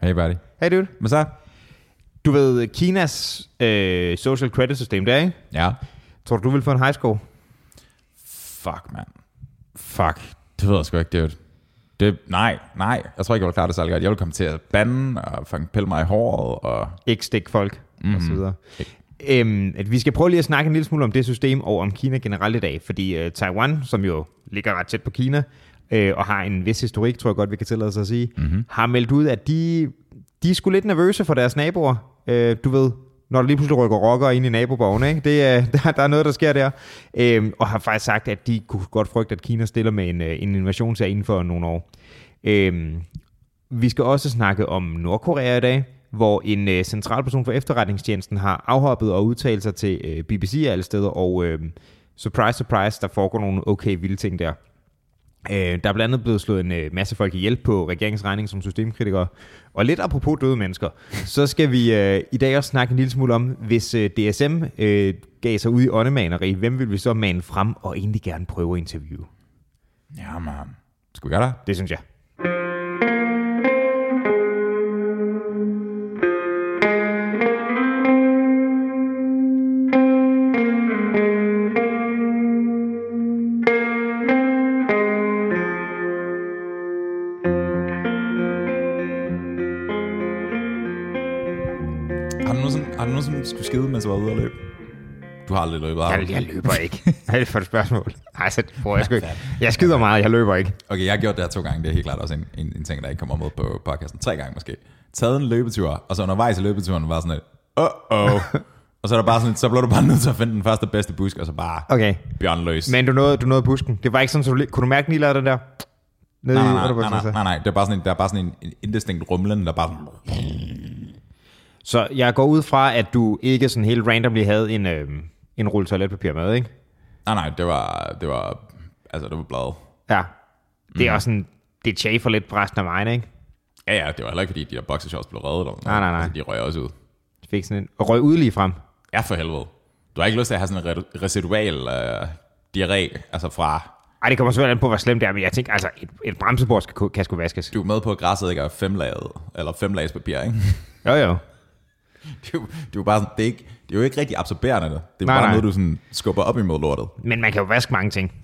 Hey buddy. Hey dude. Hvad så? Du ved, Kinas social credit system der, ikke? Ja. Tror du vil få en high score? Fuck, mand. Fuck. Det ved jeg sgu ikke, det. Nej. Jeg tror ikke, jeg vil klare det særlig godt. Jeg vil komme til at bande og fucking pille mig i håret og... Ikke stikke folk, og så videre. At vi skal prøve lige at snakke en lille smule om det system og om Kina generelt i dag. Fordi Taiwan, som jo ligger ret tæt på Kina, og har en vis historik, tror jeg godt, vi kan tillade sig at sige, har meldt ud, at de er sgu lidt nervøse for deres naboer. Du ved, når der lige pludselig rykker rockere ind i naboborgen, ikke? Der er noget, der sker der. Og har faktisk sagt, at de kunne godt frygte, at Kina stiller med en invasion til inden for nogle år. Vi skal også snakke om Nordkorea i dag, hvor en central person for efterretningstjenesten har afhoppet og udtalt sig til BBC alle steder, og surprise, surprise, der foregår nogle okay vilde ting der. Der er blandt andet blevet slået en masse folk ihjel på regeringsregning som systemkritikere. Og lidt apropos døde mennesker, så skal vi i dag også snakke en lille smule om, hvis DSM gav sig ud i åndemaneri, hvem vil vi så mane frem og egentlig gerne prøve at interviewe? Ja, man. Skal vi gøre det? Det synes jeg. Har du nogensinde skulle skide, mens du var ude at løbe? Du har aldrig løbet. Jeg løber ikke. Hvad er det for et spørgsmål? Altså, jeg sgu ikke. Jeg skider meget, jeg løber ikke. Okay, jeg har gjort det her 2 gange. Det er helt klart også en ting, der ikke kommer med på podcasten. 3 gange måske. Taget en løbetur, og så undervejs i løbeturen var sådan et, og så er der bare sådan et, så blev du bare nødt til at finde den første bedste busk, og så bare bjørnløs. Men du nåede busken. Det var ikke sådan, så kunne du mærke, den lige lavede den der? Nej. Det er bare sådan en indistinkt rumlen, der bare sådan... Så jeg går ud fra, at du ikke sådan helt randomly havde en rulle toiletpapir med, ikke? Nej, det var bladet. Ja, det er også sådan, det chafer lidt på resten af vejen, ikke? Ja, det var heller ikke, fordi de der boxershorts blev reddet. Eller nej. Altså, de røg også ud. Fik sådan en, og røg ud lige frem. Ja, for helvede. Du har ikke lyst til at have sådan en residual diarré, altså fra... Ej, det kommer selvfølgelig an på, hvor slemt det er, men jeg tænker, altså, et bremsebord kan sgu vaskes. Du er med på, at græsset ikke er 5-lags papir, ikke? Jo. Det er jo bare sådan, det er jo ikke rigtig absorberende. Det er bare noget, du sådan skubber op imod lortet. Men man kan jo vaske mange ting.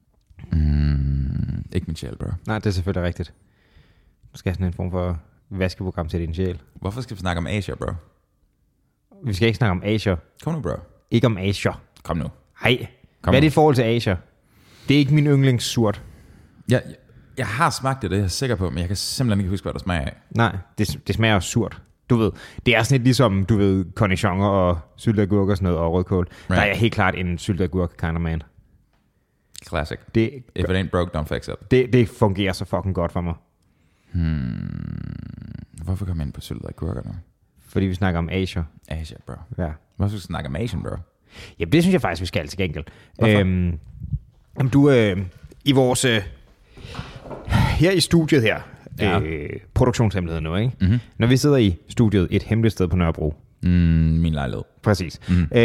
Ikke min sjæl, bro. Nej, det er selvfølgelig rigtigt. Du skal have sådan en form for vaskeprogram til din sjæl. Hvorfor skal vi snakke om Asia, bro? Vi skal ikke snakke om Asia. Kom nu, bro. Ikke om Asia. Kom nu. Hej. Hvad er dit forhold til Asia? Det er ikke min yndlingssurt. Jeg har smagt det er jeg sikker på, men jeg kan simpelthen ikke huske, hvad der smager af. Nej, det smager surt. Du ved, det er sådan lidt ligesom, du ved, cornichoner og syltet agurk og sådan noget, og rødkål. Right. Der er jeg helt klart en syltet agurk kind of man. Classic. If it ain't broke, don't fix it. Det fungerer så fucking godt for mig. Hvorfor kommer jeg ind på syltet agurker nu? Fordi vi snakker om Asia. Asia, bro. Ja. Hvorfor skal vi snakke om Asian, bro? Jamen, det synes jeg faktisk, vi skal til gengæld. Jamen, du, i vores... her i studiet her, produktionshemmelighed nu, ikke? Mm-hmm. Når vi sidder i studiet et hemmeligt sted på Nørrebro. Min lejlighed. Præcis.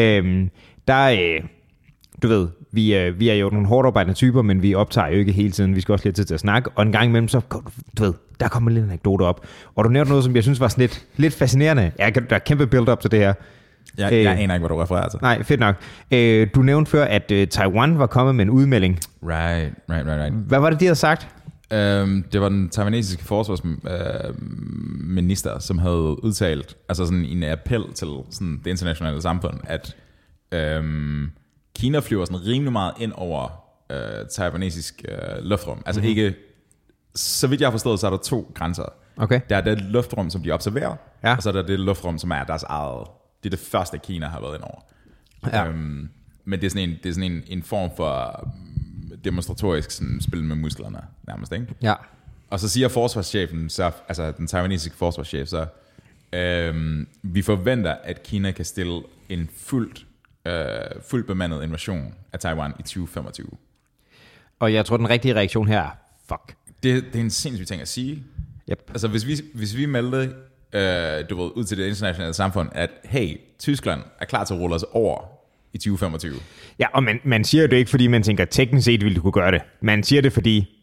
Du ved, vi er jo nogle hårdt arbejdende typer, men vi optager jo ikke hele tiden. Vi skal også lidt tid til at snakke, og en gang imellem, så, du ved, der kommer lidt en anekdote op. Og du nævnte noget, som jeg synes var sådan lidt fascinerende. Der er kæmpe build-up til det her. Jeg aner ikke, hvad du refererer til. Nej, fedt nok. Du nævnte før, at Taiwan var kommet med en udmelding. Right. Hvad var det, de havde sagt? Det var den taiwanesiske forsvarsminister, som havde udtalt, altså sådan en appel til sådan det internationale samfund, at Kina flyver sådan rimelig meget ind over taiwanesisk luftrum. Altså ikke, så vidt jeg har forstået, så er der 2 grænser. Okay. Der er det luftrum, som de observerer, og så er der det luftrum, som er deres eget. Det er det første, Kina har været ind over. Ja. Men det er sådan en form for demonstratorisk sådan, spil med musklerne, nærmest, ikke? Ja. Og så siger forsvarschefen, altså den taiwanesiske forsvarschef, så vi forventer, at Kina kan stille en fuldt bemandet invasion af Taiwan i 2025. Og jeg tror, den rigtige reaktion her er, fuck. Det er en sindssyg ting at sige. Yep. Altså, hvis vi meldte ud til det internationale samfund, at hey, Tyskland er klar til at rulle os over i 2025. Ja, og man siger det ikke, fordi man tænker, teknisk set ville du kunne gøre det. Man siger det, fordi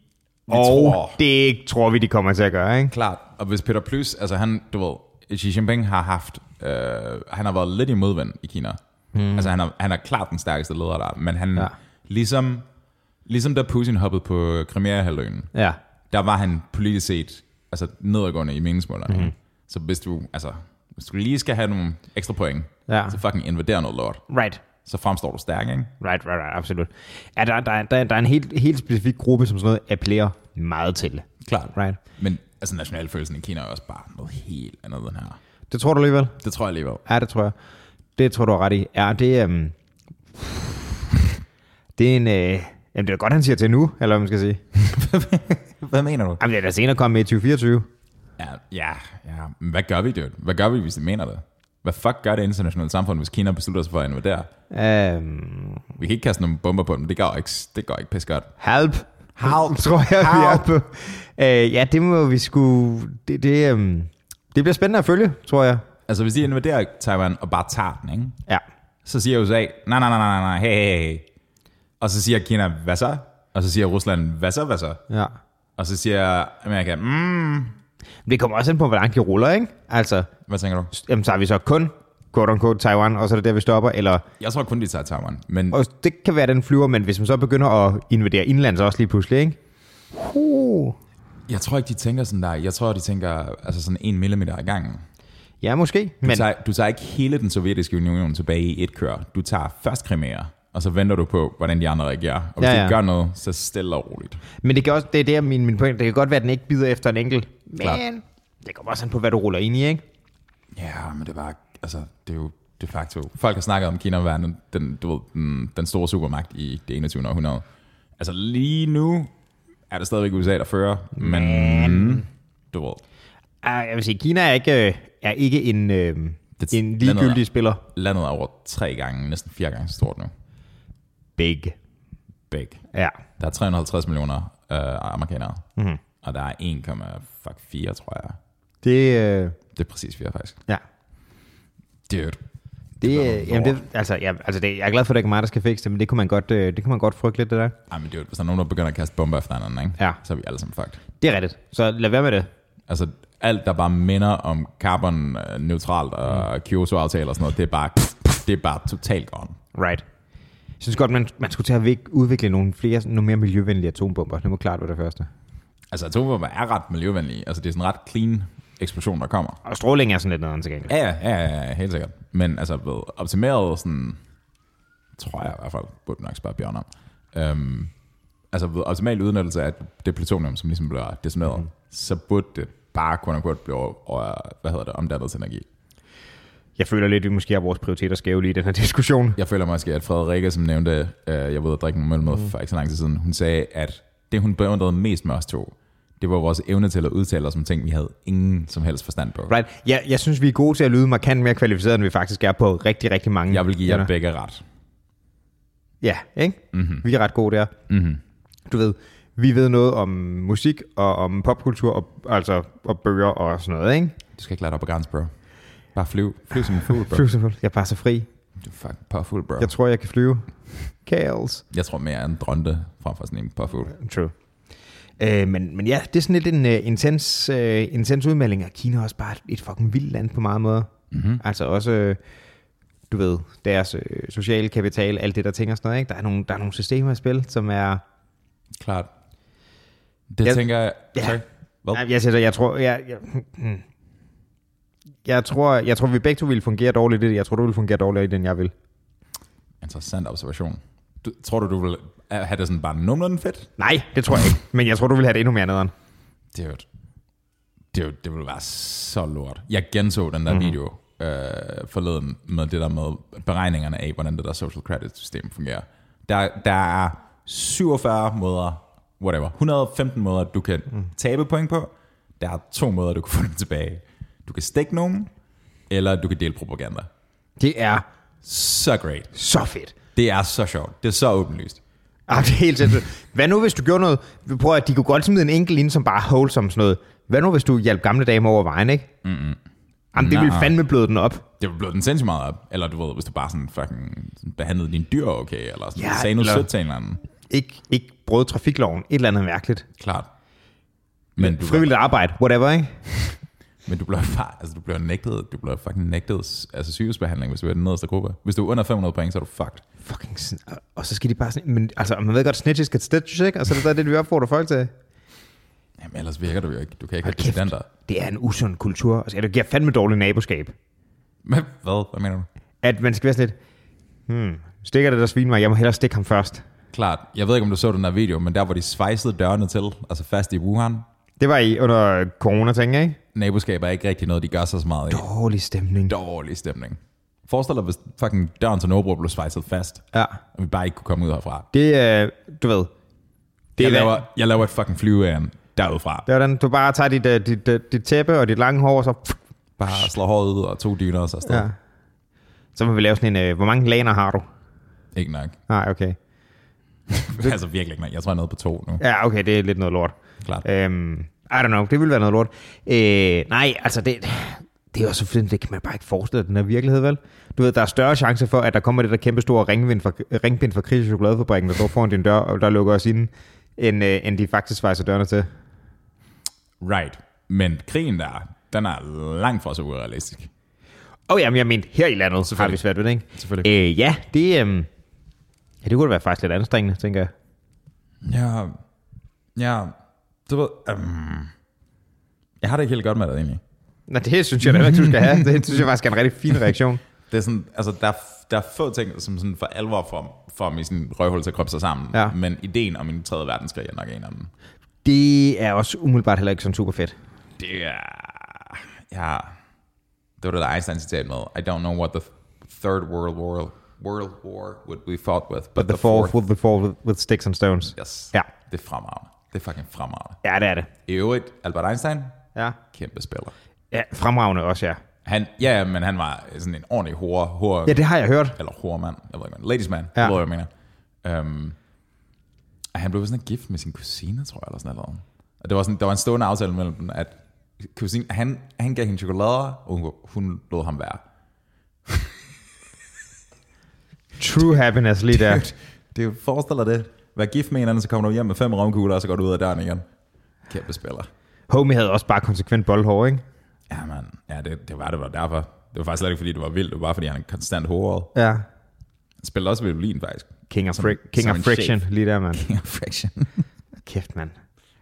det tror vi, de kommer til at gøre, ikke? Klart. Og hvis Peter Plys, altså han, du ved, Xi Jinping har haft, han har været lidt i modvind i Kina. Altså han er klart den stærkeste leder der, men han, ligesom da Putin hoppede på Crimea-halvøen, der var han politisk set altså nedadgående i meningsmålerne. Så hvis du lige skal have nogle ekstra point, så fucking invader noget lort. Right. Så fremstår du stærk, ikke? Right, absolut. Ja, der er en helt specifik gruppe, som sådan noget appellerer meget til. Klart. Right. Men altså nationalfølelsen i Kina er også bare noget helt andet end her. Det tror du alligevel? Det tror jeg alligevel. Ja, det tror jeg. Det tror du er ret i. Ja, det er en... jamen, det er godt, han siger til nu, eller hvad man skal sige. Hvad mener du? Jamen, det er da senere kommet med i 2024. Ja. Men hvad gør vi, dude? Hvad gør vi, hvis de mener det? Hvad fuck gør det internationale samfund, hvis Kina beslutter sig for at invadere? Vi kan ikke kaste nogle bomber på dem. Det går ikke pisse godt. Help, tror jeg, vi er på. Ja, det må vi sgu... Det bliver spændende at følge, tror jeg. Altså, hvis de invaderer Taiwan og bare tager den, ikke? Ja. Så siger USA, nej, hey. Og så siger Kina, hvad så? Og så siger Rusland, hvad så? Ja. Og så siger Amerika, Det kommer også ind på, hvordan de ruller, ikke? Altså, hvad tænker du? Jamen, så har vi så kun, quote-unquote, Taiwan, og så er det der, vi stopper, eller... Jeg tror kun, de tager Taiwan, men... Og det kan være, den flyver, men hvis man så begynder at invadere indlands også lige pludselig, ikke? Jeg tror ikke, de tænker sådan der. Jeg tror, de tænker altså sådan 1 millimeter i gangen. Ja, måske. Du tager ikke hele den sovjetiske union tilbage i et kør. Du tager først Crimea, og så venter du på, hvordan de andre reagerer. Og hvis de gør noget, så stille og roligt. Men det kan også, det er der min point. Det kan godt være, at den ikke bider efter en enkelt. Men klart. Det kommer også an på, hvad du ruller ind i, ikke? Ja, men det er bare, altså, det er jo de facto. Folk har snakket om Kina værende den store supermagt i det 21. århundrede. Altså lige nu er det stadigvæk USA, der fører, men du ved. Jeg vil sige, Kina er ikke en ligegyldig spiller. Landet er over 3 gange, næsten 4 gange så stort nu. Big. Ja. Der er 350 millioner amerikanere, og der er 1,4, tror jeg. Det er præcis 4, faktisk. Ja. Dude. Jeg er glad for, at det ikke er mig, der skal fikse det, men det kunne man godt frygte lidt, det der. Ej, men dude, hvis der er nogen, der begynder at kaste bomber efter hinanden, ikke? Ja. Så er vi alle sammen fucked. Det er rigtigt. Så lad være med det. Altså, alt, der bare minder om carbon-neutralt og Kyoto-aftaler og sådan noget, det er bare totalt gone. Right. Jeg synes godt, man skulle til at udvikle nogle mere miljøvenlige atombomber. Det må klart være det første. Altså, atombomber er ret miljøvenlige. Altså, det er sådan en ret clean eksplosion, der kommer. Og stråling er sådan lidt noget til gengæld. Ja, helt sikkert. Men altså, ved optimeret sådan, tror jeg i hvert fald, burde nok spørge Bjørn om. Altså, ved optimal udnyttelse af det plutonium, som ligesom bliver decimeret, så burde det bare blive omdannet til energi. Jeg føler lidt, at vi måske har vores prioriteter skæve lige i den her diskussion. Jeg føler måske, at Frederikke, som nævnte, jeg ved at drikke nogle møl med for ikke så lang tid siden, hun sagde, at det hun beundrede mest med os to, det var vores evne til at udtale os om ting, vi havde ingen som helst forstand på. Right. Ja, jeg synes, vi er gode til at lyde markant mere kvalificeret, end vi faktisk er på rigtig, rigtig mange. Jeg vil give jer begge ret. Ja, ikke? Vi er ret gode der. Du ved, vi ved noget om musik og om popkultur og bøger og sådan noget, ikke? Du skal ikke lade dig op på grænse, bro. Bare flyv som en fugl, bro. Flyv som en fugl. Jeg er bare så fri. Du er fucking påfugl, bro. Jeg tror, jeg kan flyve. Kales. Jeg tror mere en dronte frem for sådan en påfugl. True. Men ja, det er sådan lidt en intens udmelding, og Kina er også bare et fucking vildt land på mange måder. Altså også, du ved, deres sociale kapital, alt det der ting og sådan noget, ikke? Der er nogle systemer i spil, som er... Klart. Det tænker jeg... Sorry. Jeg tror, vi begge to ville fungere dårligt i det. Jeg tror, du ville fungere dårligere i det, end jeg vil. Interessant observation. Tror du vil have det sådan bare nogenlunde fedt? Nej, det tror jeg ikke. Men jeg tror, du vil have det endnu mere nederen. Det vil være så lort. Jeg genså den der video forleden med det der med beregningerne af, hvordan det der social credit system fungerer. Der er 47 måder, 115 måder, du kan tabe point på. Der er 2 måder, du kan få dem tilbage. Du kan stikke nogen, eller du kan dele propaganda. Det er så great. Så fedt. Det er så sjovt. Det er så åbenlyst. Det er helt simpelt. Hvad nu, hvis du gjorde noget? Prøv at de kunne godt smide en enkelt ind, som bare wholesome sådan noget. Hvad nu, hvis du hjalp gamle damer over vejen, ikke? Jamen, det ville fandme bløde den op. Det ville bløde den sindssygt meget op. Eller du ved, hvis du bare sådan fucking behandlede dine dyr okay, eller sådan sagde noget sødt til en eller anden. Ikke brød trafikloven. Et eller andet mærkeligt. Klart. Men frivilligt arbejde, whatever, ikke? Men du bliver fucking nægtet altså sygehusbehandling, hvis du er den nederste gruppe. Hvis du er under 500 point, så er du fucked. Og så skal de bare sådan, men altså, man ved godt, snitches skal stitches, ikke? Og så er det, vi opfordrer folk til. Jamen, ellers virker du jo ikke. Du kan ikke have dissidenter. Det er en usund kultur. Altså, det giver fandme dårligt naboskab. Men hvad mener du? At man skal være sådan lidt, stikker det der svin mig, jeg må hellere stikke ham først. Klart. Jeg ved ikke, om du så den der video, men der hvor de svejsede dørene til, altså fast i Wuhan. Det var under corona-ting, ikke? Naboskab er ikke rigtig noget, de gør så meget i. Dårlig stemning. Forestil dig, hvis fucking døren til Nordbro blev svejset fast. Ja. Og vi bare ikke kunne komme ud herfra. Det er, du ved. Jeg laver et fucking flyveæren derudfra. Det er den, du bare tager dit tæppe og dit lange hår, og så bare slår håret ud og 2 dyner og så afsted. Ja. Så må vi lave sådan en, hvor mange laner har du? Ikke nok. Nej, okay. Altså virkelig ikke nok. Jeg tror, jeg er nede på 2 nu. Ja, okay, det er lidt noget lort. Klart. I don't know, det ville være noget lort. Nej, altså det er jo selvfølgelig, det kan man bare ikke forestille, den her virkelighed, vel? Du ved, der er større chance for, at der kommer det der kæmpe store ringbind fra Kris chokoladefabrikken, der står foran din dør, og der lukker os ind, end de faktisk svejser dørene til. Right. Men krigen der, den er langt fra så urealistisk. Jamen, jeg mente, her i landet har vi svært ved det, ikke? Selvfølgelig. Ja, det kunne være faktisk lidt anstrengende, tænker jeg. Ja, du ved, jeg har det ikke helt godt med det egentlig. Nej, det synes jeg da ikke, du skal have. Det synes jeg faktisk er en rigtig fin reaktion. Det er sådan, altså der er få ting, som sådan for alvor får mig sådan røvhul til at krøbe sig sammen. Ja. Men ideen om en 3. verdenskrig er nok en af dem. Det er også umiddelbart heller ikke sådan super fedt. Det er, ja, det var det der Einstein-citat med. I don't know what the third world war would be fought with, but the fourth would be fought with sticks and stones. Yes. Ja. Det er fremragende. Det er fucking fremragende. Ja, det er det. I øvrigt, Albert Einstein, ja. Kæmpe spiller. Ja, fremragende også, ja. Men han var sådan en ordentlig hore. Ja, det har jeg hørt. Eller horemand, jeg ved ikke, ladies man, ja. Det ved jeg mener. Han blev sådan gift med sin kusine, tror jeg, eller sådan noget. Og der var en stående aftale mellem dem, at kusine, han gav hende chokolader, og hun lod ham være. True happiness lige der. Det er jo, forestil dig det. Vær gift med hinanden, så kommer du hjem med 5 romkugler, og så går du ud af døren igen. Kæmpe spiller. Homie havde også bare konsekvent boldhår, ikke? Ja, man. Ja, det var derfor. Det var faktisk slet ikke, fordi det var vildt. Det var bare, fordi han er konstant håret. Ja. Han spiller også violin, faktisk. King of Friction, lige der, mand. King of Friction. Kæft, mand.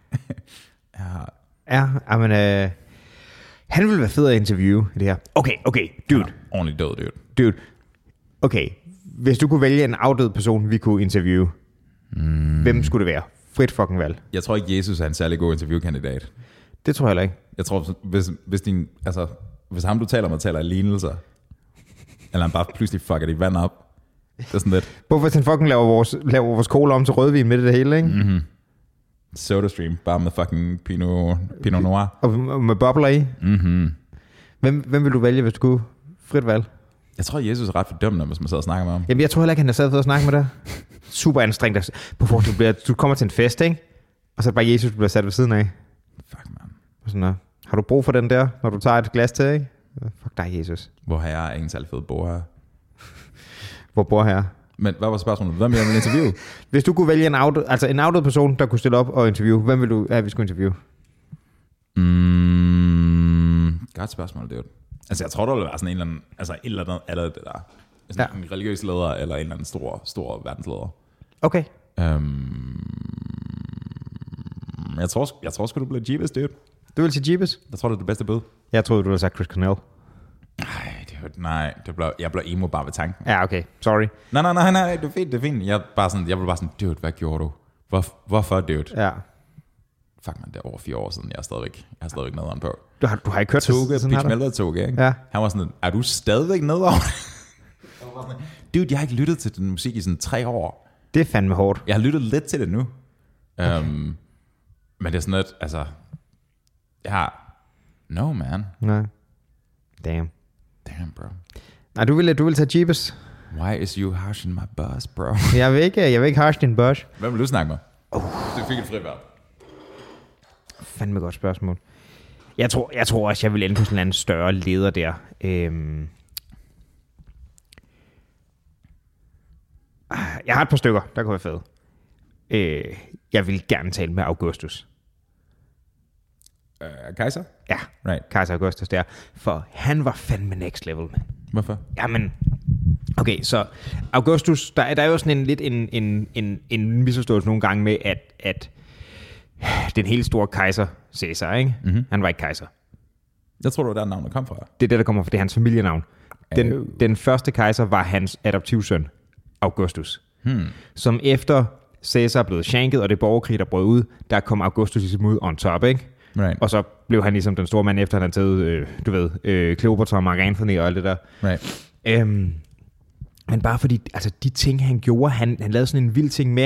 Ja. Ja, men han ville være fed at interviewe i det her. Okay, dude. Ordentligt død, dude. Okay, hvis du kunne vælge en afdød person, vi kunne interviewe, hvem skulle det være? Frit fucking valg. Jeg tror ikke, Jesus er en særlig god interviewkandidat. Det tror jeg heller ikke. Jeg tror, hvis ham du taler med, taler i lignelser, eller han bare pludselig fucker dit vand op, det er sådan lidt. Hvorfor han fucking laver vores cola om til rødvin midt i det hele, ikke? Mm-hmm. SodaStream, bare med fucking Pinot Noir. Og med bobler i. Mm-hmm. Hvem vil du vælge, hvis du kunne? Frit valg. Jeg tror, Jesus er ret fordømmende, hvis man sidder og snakker med ham. Jamen, jeg tror heller ikke, han er sad for at snakke med dig. Super anstrengt. Du kommer til en fest, ikke? Og så er det bare Jesus, du bliver sat ved siden af. Fuck, man. Sådan, har du brug for den der, når du tager et glas til, ikke? Fuck dig, Jesus. Hvor har jeg ingen særlig fed bor her? Hvor bor her? Men hvad var spørgsmålet? Hvem vil jeg interviewe? Hvis du kunne vælge en afdød person, der kunne stille op og interviewe, hvem vil du vi skulle interviewe? Godt spørgsmål, det er jo. Altså, jeg tror, der vil være sådan en eller andet, det der. Sådan en religiøs leder, eller en eller anden stor verdensleder. Okay. Jeg tror sgu, du bliver Jeebus, dude. Du vil sige Jeebus? Jeg tror, det er det bedste bud. Jeg troede, du ville sige Chris Cornell. Nej, jeg blev emo bare ved tanken. Ja, okay. Sorry. Nej, det er fint. Jeg blev bare sådan, dude, hvad gjorde du? Hvorfor, dude? Ja. Fuck man, det er over 4 år siden, jeg har stadigvæk nederen på. Du har ikke kørt sådan Pitch Melder-tog, ikke? Ja. Han var sådan, er du stadigvæk nederen? Dude, jeg har ikke lyttet til den musik i sådan 3 år. Det er fandme hårdt. Jeg har lyttet lidt til det nu. Okay. Men det er sådan lidt, altså, no man. Nej. Damn, bro. Nej, du vil tage Jeebus. Why is you harshing my boss, bro? jeg vil ikke harsh din boss. Hvem vil du snakke med? Du fik et frivalg. Fandme godt spørgsmål. Jeg tror også, jeg vil ende på sådan en anden større leder der. Jeg har et par stykker, der kunne være fede. Jeg vil gerne tale med Augustus. Kejser? Ja, Right. Kejser Augustus der. For han var fandme next level, man. Hvorfor? Jamen, okay, så Augustus, der er jo sådan en misforståelse nogle gange med, at den helt store kejser, Caesar, ikke? Mm-hmm. Han var ikke kejser. Jeg tror, det var der navnet kom fra. Det er det, der kommer fra, det er hans familienavn. Den første kejser var hans adoptivsøn, Augustus. Som efter Caesar blev shanket, og det borgerkrig, der brød ud, der kom Augustus ligesom ud on top, ikke? Right. Og så blev han ligesom den store mand, efter han havde taget, Cleopatra og Mark Antony og alt det der. Right. Men bare fordi, altså de ting, han gjorde, han lavede sådan en vild ting med,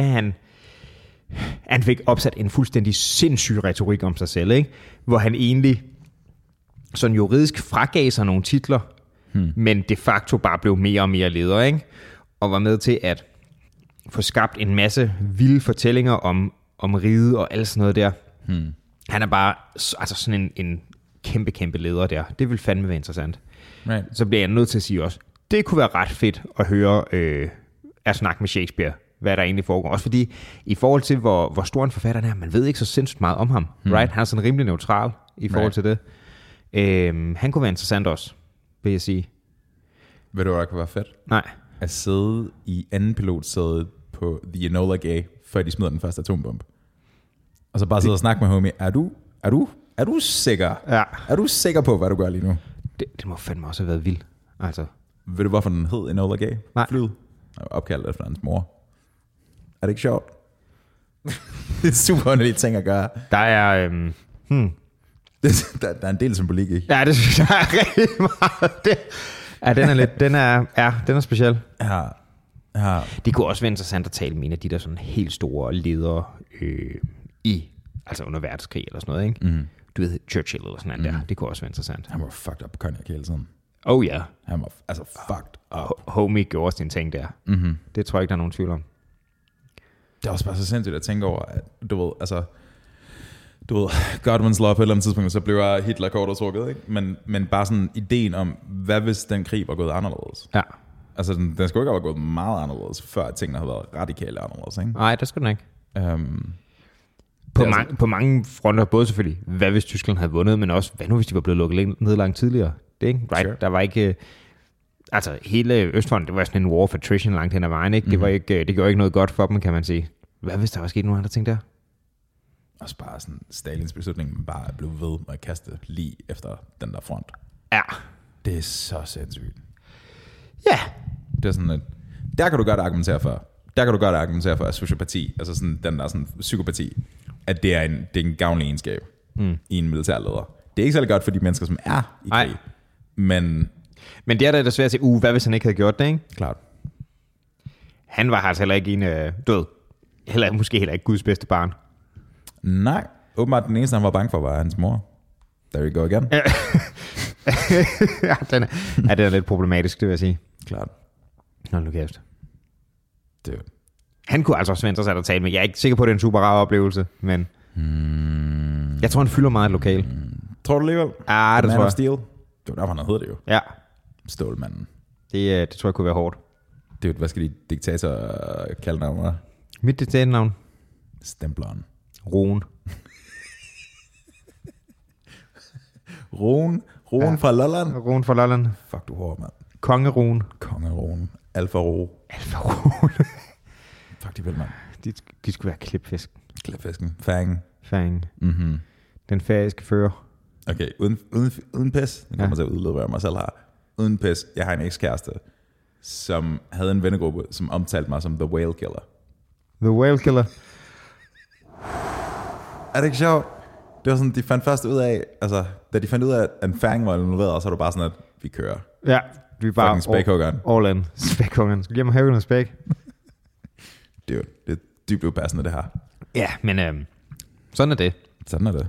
han fik opsat en fuldstændig sindssyg retorik om sig selv, ikke? Hvor han egentlig sådan juridisk fragav sig nogle titler, men de facto bare blev mere og mere leder, ikke? Og var med til at få skabt en masse vilde fortællinger om riget og alt sådan noget der. Han er bare altså sådan en kæmpe leder der. Det vil fandme være interessant. Right. Så bliver jeg nødt til at sige også, det kunne være ret fedt at høre at snakke med Shakespeare, hvad der egentlig foregår. Også fordi, i forhold til, hvor stor en forfatter han er, man ved ikke så sindssygt meget om ham. Right? Han er sådan rimelig neutral i forhold til det. Han kunne være interessant også, vil jeg sige. Ved du, hvad der kunne være fedt? Nej. At sidde i anden pilotsædet på The Enola Gay, før de smider den første atombombe. Og så bare sidde og snakke med homie. Er du sikker? Ja. Er du sikker på, hvad du gør lige nu? Det må fandme også have været vildt. Altså. Ved du, hvorfor den hed Enola Gay? Nej. Flyet. Opkaldt efter hans mor. Er det ikke sjovt? Det er super underlige ting at gøre. Der er... Der er en del symbolik i. Ja, det synes jeg er rigtig meget. Den er speciel. Ja. Det kunne også være interessant at tale med en af de der sådan helt store ledere altså under verdenskrig eller sådan noget, ikke? Mm. Du ved, Churchill eller sådan noget der. Det kunne også være interessant. Han var fucked up på cognac hele tiden. Oh ja. Han var altså fucked up. Homie gjorde også sin ting der. Mm-hmm. Det tror jeg ikke, der er nogen tvivl om. Det er også bare så sindssygt at tænke over, at du ved, Godwin's Law på et eller andet tidspunkt, så blev Hitler kort og trukket, ikke? Men bare sådan ideen om, hvad hvis den krig var gået anderledes? Ja. Altså, den skulle ikke have gået meget anderledes, før tingene havde været radikale anderledes, ikke? Nej, det skulle den ikke. På mange fronter, både selvfølgelig, hvad hvis Tyskland havde vundet, men også, hvad nu hvis de var blevet lukket ned langt tidligere? Det ikke? Right? Sure. Der var ikke... Altså, hele Østfronten, det var sådan en war of attrition langt hen ad vejen, ikke? Det gjorde ikke noget godt for dem, kan man sige. Hvad hvis der var sket nogle andre ting der? Også bare sådan Stalins beslutning, men bare blev ved med at kaste lige efter den der front. Ja. Det er så sindssygt. Ja. Det er sådan, at der kan du godt argumentere for. Der kan du godt argumentere for, at sociopati, altså sådan den der sådan psykopati, at det er en gavnlig egenskab i en militærleder. Det er ikke særlig godt for de mennesker, som er i krig. Men det er da svært at sige, hvad hvis han ikke havde gjort det, ikke? Klart. Han var altså heller ikke en død. Måske heller ikke Guds bedste barn. Nej, åbenbart den eneste, han var bange for, var hans mor. There you go again. Ja, den er lidt problematisk, det vil jeg sige. Klart. Hold nu kæft. Det. Han kunne altså også være interessant at tale med. Jeg er ikke sikker på, at det er en super rar oplevelse, men jeg tror, han fylder meget et lokal. Tror du alligevel? Ja, det tror jeg. Steel. Det var derfor, han hed det jo. Ja. Stålmanden. Det tror jeg kunne være hårdt. Det, hvad skal de diktatorer kalde navnet? Mit diktatornavn? Stempleren. Rune. Rune fra Lolland. Rune fra Lolland. Fuck, du hård, mand. Kongerune. Alfa Rune. Fuck, de vil, mand. De skulle være klipfisk. Klipfisken. Fang. Mm-hmm. Den færøske fører. Okay, uden pis. Det kommer til at udlede, hvad jeg mig selv har. Uden pis. Jeg har en ekskæreste, som havde en vennegruppe, som omtalte mig som The Whale Killer. The Whale Killer. Er det ikke sjovt? Det var sådan, de fandt først ud af, altså, da de fandt ud af, at en fang var involveret, så var det bare sådan, at vi kører. Ja, vi er bare fucking spækhuggeren. All in. Spækhuggeren. Skal vi hjem og have noget spæk? Det er dybt upassende, det her. Ja, men sådan er det. Sådan er det.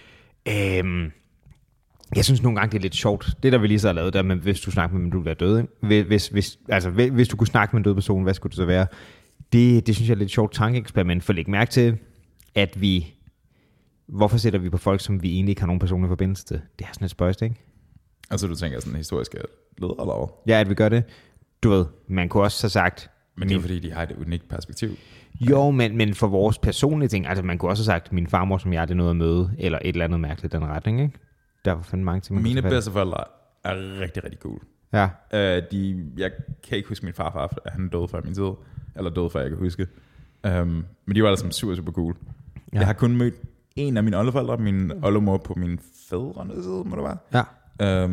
Jeg synes nogle gange, det er lidt sjovt. Det, der vi lige så har lavet der, men hvis du snakker med, du vil være død, ikke? Hvis du kunne snakke med en død person, hvad skulle det så være? Det synes jeg er lidt sjovt tankeeksperiment, for læg mærke til, at hvorfor sætter vi på folk, som vi egentlig ikke har nogen personlig forbindelse til? Det er sådan et spøjst, ikke? Altså du tænker sådan historiske leder eller hvad? Ja, at vi gør det. Du ved, man kunne også have sagt, Men det er fordi, de har et unikt perspektiv. Jo, men for vores personlige ting, altså man kunne også have sagt, min farmor, som jeg aldrig nåede at møde, eller et eller andet mærkeligt i den retning, ikke? Der var fandme mange ting. Mine bedsteforældre er rigtig, rigtig cool. Ja. Jeg kan ikke huske min farfar, for han døde før min tid, eller døde før jeg kan huske. Men de var alle sammen super, super cool. Ja. Jeg har kun mødt en af mine oldeforældre, min oldemor på min fædrene side, må det være. Ja.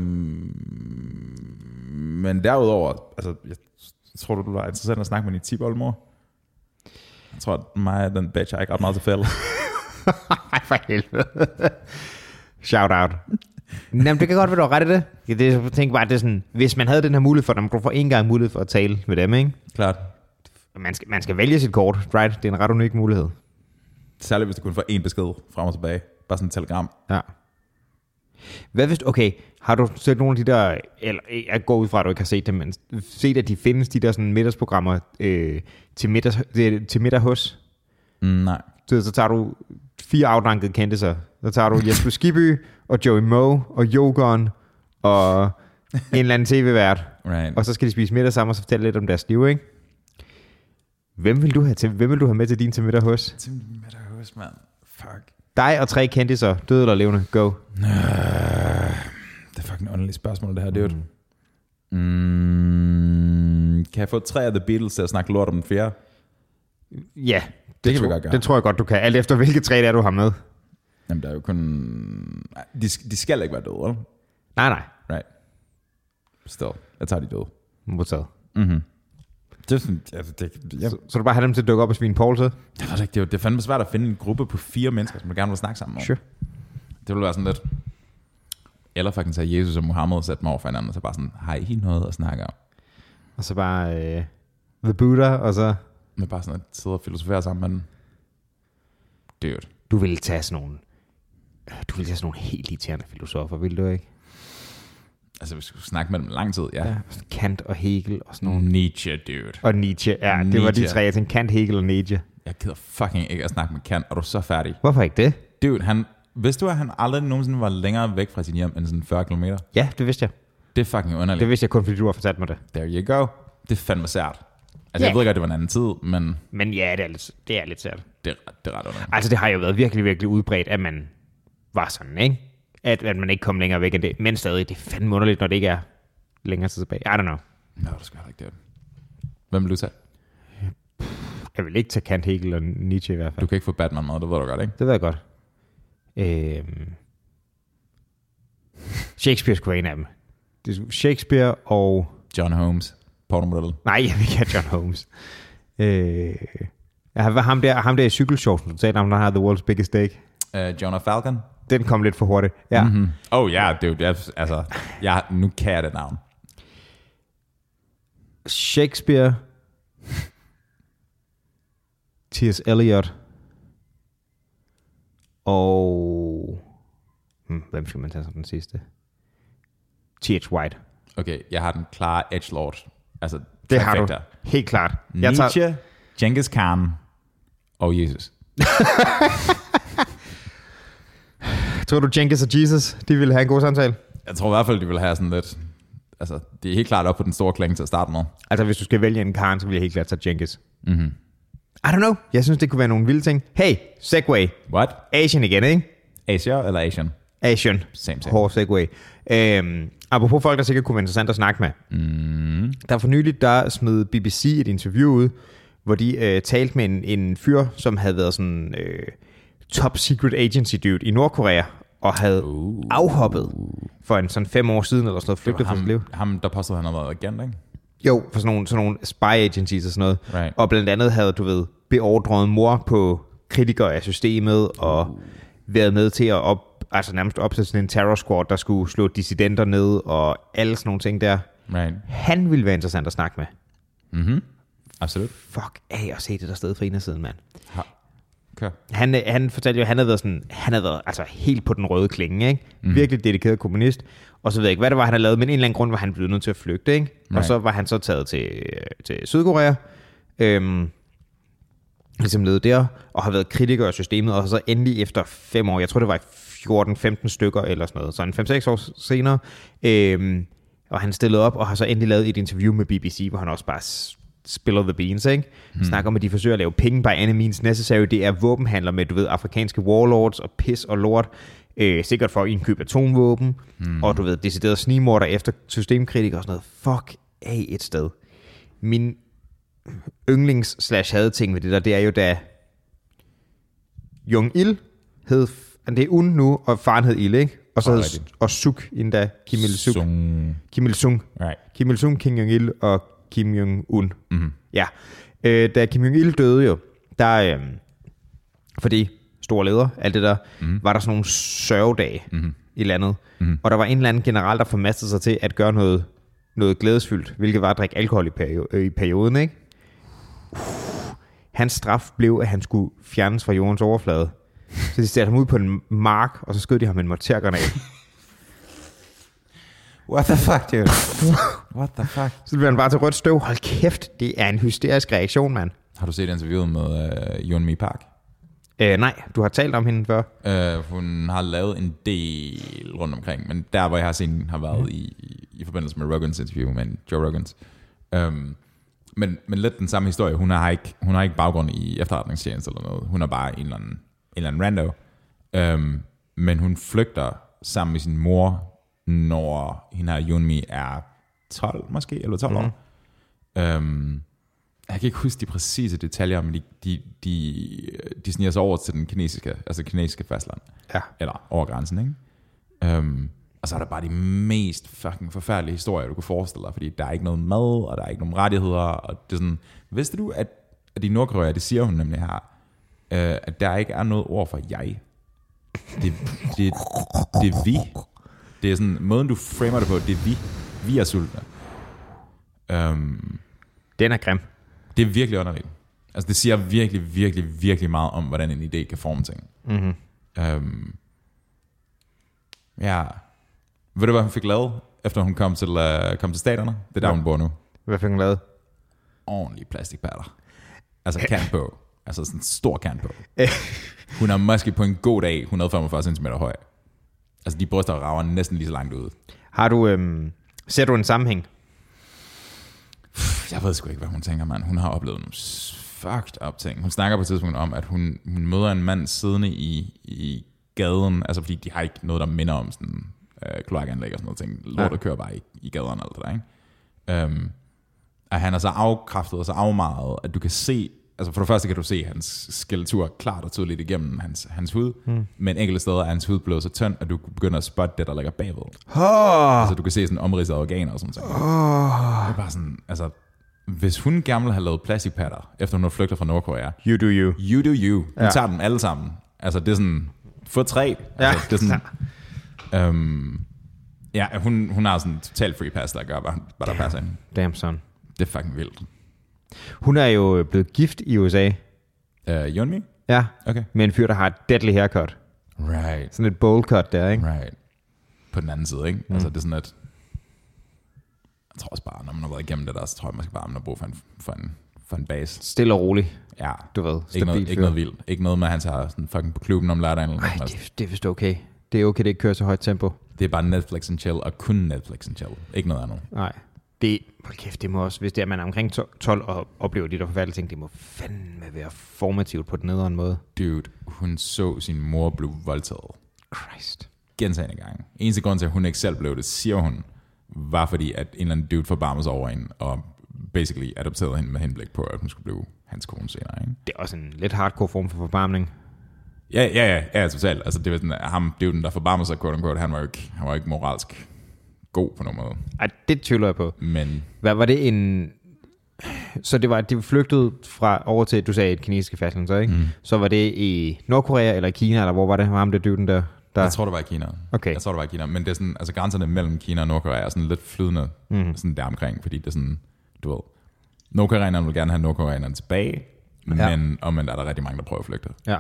Men derudover, altså, jeg tror du var interessant at snakke med din tip-oldemor? Jeg tror, at mig og den bitch har ikke ret meget til fælde. Ej, for helvede. Shout out. Jamen, det kan godt være, du har ret i det. Jeg tænker bare, det er sådan, hvis man havde den her mulighed for dem, du får en gang mulighed for at tale med dem, ikke? Klart. Man skal vælge sit kort, right? Det er en ret unik mulighed. Særligt, hvis du kun får en besked frem og tilbage. Bare sådan en telegram. Ja. Hvad hvis, okay, har du set nogle af de der, eller jeg går ud fra, at du ikke har set dem, men set, at de findes, de der sådan middagsprogrammer til middag hos? Nej. Så tager du 4 afdankede kendte. Så tager du Jesper Skibby og Joey Moe og Jogon og en eller anden tv-vært. Right. Og så skal de spise middag sammen og så fortælle lidt om deres liv, ikke? Hvem vil du have med til din til middag hos? Til middag hos, mand. Fuck. Dig og 3 kendiser, døde eller levende. Go. Det er fucking underligt spørgsmål, det her. Det er kan jeg få 3 af The Beatles til at snakke lort om den 4? Ja, det kan vi godt gøre. Det tror jeg godt, du kan. Alt efter hvilke 3 det er, du har med. Jamen, der er jo kun... De skal ikke være døde, eller? Nej. Right. Still. Jeg tager de døde. Modtaget. Mhm. Det, altså, så du bare have dem til at dukke op og svine Paul til? Det er fandme svært at finde en gruppe på 4 mennesker, som du gerne vil snakke sammen om. Sure. Det ville være sådan lidt... Eller faktisk tage Jesus og Muhammed og sætte mig over for hinanden, og så bare sådan, har I noget at snakke om? Og så bare The Buddha, og så... Med bare sådan at sidde og filosofere sammen, men... Dude. Du ville tage sådan nogle helt irriterende filosofer, ville du ikke? Altså, vi skulle snakke med dem lang tid, ja. Kant og Hegel og sådan nogle... Nietzsche, dude. Og Nietzsche, ja. Det var de 3, jeg tænkte. Kant, Hegel og Nietzsche. Jeg gider fucking ikke at snakke med Kant. Er du så færdig? Hvorfor ikke det? Dude, vidste du, at han aldrig nogensinde var længere væk fra sin hjem end sådan 40 km? Ja, det vidste jeg. Det er fucking underligt. Det vidste jeg kun, fordi du har fortalt mig det. There you go. Det er fandme sært. Altså, jeg ved godt, det var en anden tid, men... Men ja, det er lidt sært. Det er ret underligt. Altså, det har jo været virkelig, virkelig udbredt, at man var sådan, ikke? At man ikke kom længere væk end det. Men stadig, det er fandme underligt, når det ikke er længere tid tilbage. I don't know. Nå, det skal ikke det. Hvem vil du tage? Jeg vil ikke tage Kant, Hegel og Nietzsche i hvert fald. Du kan ikke få Batman med, det ved du godt, ikke? Det ved jeg godt. Shakespeare skulle være en af dem. Det er Shakespeare og... John Holmes. Pornomodellen. Nej, jeg vil ikke have John Holmes. Jeg har ham der i cykelshortsen, du talte om, der har The World's Biggest Steak. Jonah Falcon. Den kom lidt for hurtigt. Ja. Mm-hmm. Oh ja, det er altså... nu kan jeg det navn. Shakespeare. T.S. Eliot. Og... hvem skal man tage som den sidste? T.H. White. Okay, jeg har den klare edgelord. Altså, det har du. Helt klart. Nietzsche, Genghis Khan og Jesus. Tror du, Genghis og Jesus, de ville have en god samtale? Jeg tror i hvert fald, de ville have sådan lidt... Altså, det er helt klart op på den store klinge til at starte med. Altså, hvis du skal vælge en Khan, så vil jeg helt klart tage Genghis. Mm-hmm. I don't know. Jeg synes, det kunne være nogle vilde ting. Hey, Segway. What? Asian igen, ikke? Asia eller Asian? Asian. Same. Hård Segway. Apropos folk, der sikkert kunne være interessant at snakke med. Der for nyligt, der smed BBC et interview ud, hvor de talte med en fyr, som havde været sådan top secret agency dude i Nordkorea, og havde afhoppet for en sådan 5 år siden, eller sådan noget, flygtet fra sit liv. Ham, der påstod, han havde været agent, ikke? Jo, for sådan nogle spy agencies og sådan noget. Right. Og blandt andet havde, du ved, beordret mor på kritikere af systemet, og været med til at nærmest opsætte sådan en terror squad, der skulle slå dissidenter ned, og alle sådan nogle ting der. Right. Han ville være interessant at snakke med. Mhm. Absolut. Fuck af at se det der sted fra indersiden, mand. Okay. Han fortalte jo, at han havde været altså helt på den røde klinge, ikke? Virkelig dedikeret kommunist. Og så ved jeg ikke, hvad det var, han havde lavet, men en eller anden grund var han blevet nødt til at flygte, ikke? Right. Og så var han så taget til Sydkorea, ligesom ledet der, og har været kritiker af systemet, og så endelig efter 5 år, jeg tror det var 14-15 stykker eller sådan noget, så en 5-6 år senere, og han stillede op, og har så endelig lavet et interview med BBC, hvor han også bare spiller the beans, ikke? Snakker om, at de forsøger at lave penge by any means necessary. Det er våbenhandler med, du ved, afrikanske warlords og pis og lort. Sikkert for at indkøbe atomvåben. Og du ved, decideret snigmorder efter systemkritikere og sådan noget. Fuck af et sted. Min yndlings/hadeting ved det der, det er jo, da Jong-il hed, det er Un nu, og faren hed Il, ikke? Og så hed og Suk, inden da Kim Il-suk. Kim Il-sung. Right. Kim Il-sung, Kim Jong-il og Kim Jong-un. Ja. Da Kim Jong-il døde jo, der, fordi store leder, alt det der, var der sådan nogle sørgedage i landet. Og der var en eller anden general, der formastede sig til at gøre noget glædesfyldt, hvilket var at drikke alkohol i perioden, ikke? Hans straf blev, at han skulle fjernes fra jordens overflade. Så de satte ham ud på en mark, og så skød de ham med en mortergranat. What the fuck, dude? What the fuck? Så blev han bare til rødt støv. Hold kæft, det er en hysterisk reaktion, mand. Har du set interviewet med Yeonmi Park? Nej, du har talt om hende før. Hun har lavet en del rundt omkring, men der, hvor jeg har set hende, har været i forbindelse med Rogans interview med Joe Rogans. Men lidt den samme historie. Hun har ikke baggrund i efterretningstjeneste eller noget. Hun er bare en eller anden rando. Men hun flygter sammen med sin mor, når hende her Yeonmi er 12 måske, eller 12 år. Jeg kan ikke huske de præcise detaljer, men de sniger sig over til den kinesiske fastland. Ja. Eller over grænsen, ikke? Og så er der bare de mest fucking forfærdelige historier, du kan forestille dig, fordi der er ikke noget mad, og der er ikke nogen rettigheder, og det er sådan, vidste du, at i Nordkorea, det siger hun nemlig her, at der ikke er noget ord for jeg. Det er vi. Det er sådan, måden du framer det på, det er vi. Vi er sultne. Den er grim. Det er virkelig underligt. Altså det siger virkelig, virkelig, virkelig meget om, hvordan en idé kan forme ting. Ja. Ved du, hvad hun fik lavet, efter hun kom til staterne? Det er der, hun bor nu. Hvad fik hun lavet? Ordentlige plastikpatter. Altså kant på. Altså sådan en stor kant på. Hun er måske på en god dag 145 cm høj. Altså de bryster rager næsten lige så langt ud. Har du, ser du en sammenhæng? Jeg ved sgu ikke, hvad hun tænker, mand. Hun har oplevet nogle fucked up ting. Hun snakker på et tidspunkt om, at hun møder en mand siddende i gaden, altså fordi de har ikke noget, der minder om sådan kloakanlæg og sådan noget ting. Lortet kører bare i gaderne og alt det der, ikke? At han er så afkræftet og så afmaret, at du kan se, altså for det første kan du se hans skeletur klart og tydeligt igennem hans hud, men enkelte steder er hans hud blevet så tynd, at du begynder at spotte det, der ligger bagved. Altså du kan se sådan omridset organer og sådan noget. Det er bare sådan, altså hvis hun gerne vil have lavet plastikpatter, efter hun har flygtet fra Nordkorea. You do you. You do you. Hun tager dem alle sammen. Altså det er sådan, få 3. Altså, det er sådan, hun har sådan en total free pass, der gør, hvad der passer ind. Damn son. Det er fucking vildt. Hun er jo blevet gift i USA. Yeonmi? Ja, okay. Med en fyr, der har et deadly haircut. Right. Sådan et bowl cut der, ikke? Right. På den anden side, ikke? Altså det er sådan et... Jeg tror også bare, når man har været igennem det der, så tror jeg måske bare, at man har brug for en base. Stille og rolig. Ja. Du ved, ikke noget vildt. Ikke noget med, at han tager sådan fucking på klubben om lørdagen. Nej, det er vist okay. Det er okay, det ikke kører så højt tempo. Det er bare Netflix and chill, og kun Netflix and chill. Ikke noget andet. Nej. Hold kæft, det må også, hvis det er, man er omkring 12 og oplever de der forfærdelige ting, det må fandme være formativt på den nederen måde. Dude, hun så sin mor blive voldtaget. Christ. Gentagende gange. Eneste grund til, at hun ikke selv blev det, siger hun, var fordi, at en eller anden dude forbarmede sig over hende, og basically adopterede hende med henblik på, at hun skulle blive hans kone senere. Ikke? Det er også en lidt hardcore form for forbarmning. Ja, totalt. Altså, det var sådan, ham, duden, der forbarmede sig, quote unquote, han var ikke moralsk god på nogen måde. Ej, det tvivler jeg på. Men... Hvad var det en... Så det var, at de flygtede fra over til, du sagde et kinesiske fastland, så ikke? Så var det i Nordkorea eller i Kina, eller hvor var det ham, der dyden der? Jeg tror, det var i Kina. Okay. Jeg tror, det var i Kina. Men det er sådan, altså grænserne mellem Kina og Nordkorea er sådan lidt flydende sådan der omkring, fordi det er sådan, du ved, nordkoreanerne vil gerne have nordkoreanerne tilbage, men omvendt er der rigtig mange, der prøver at flygte. Ja.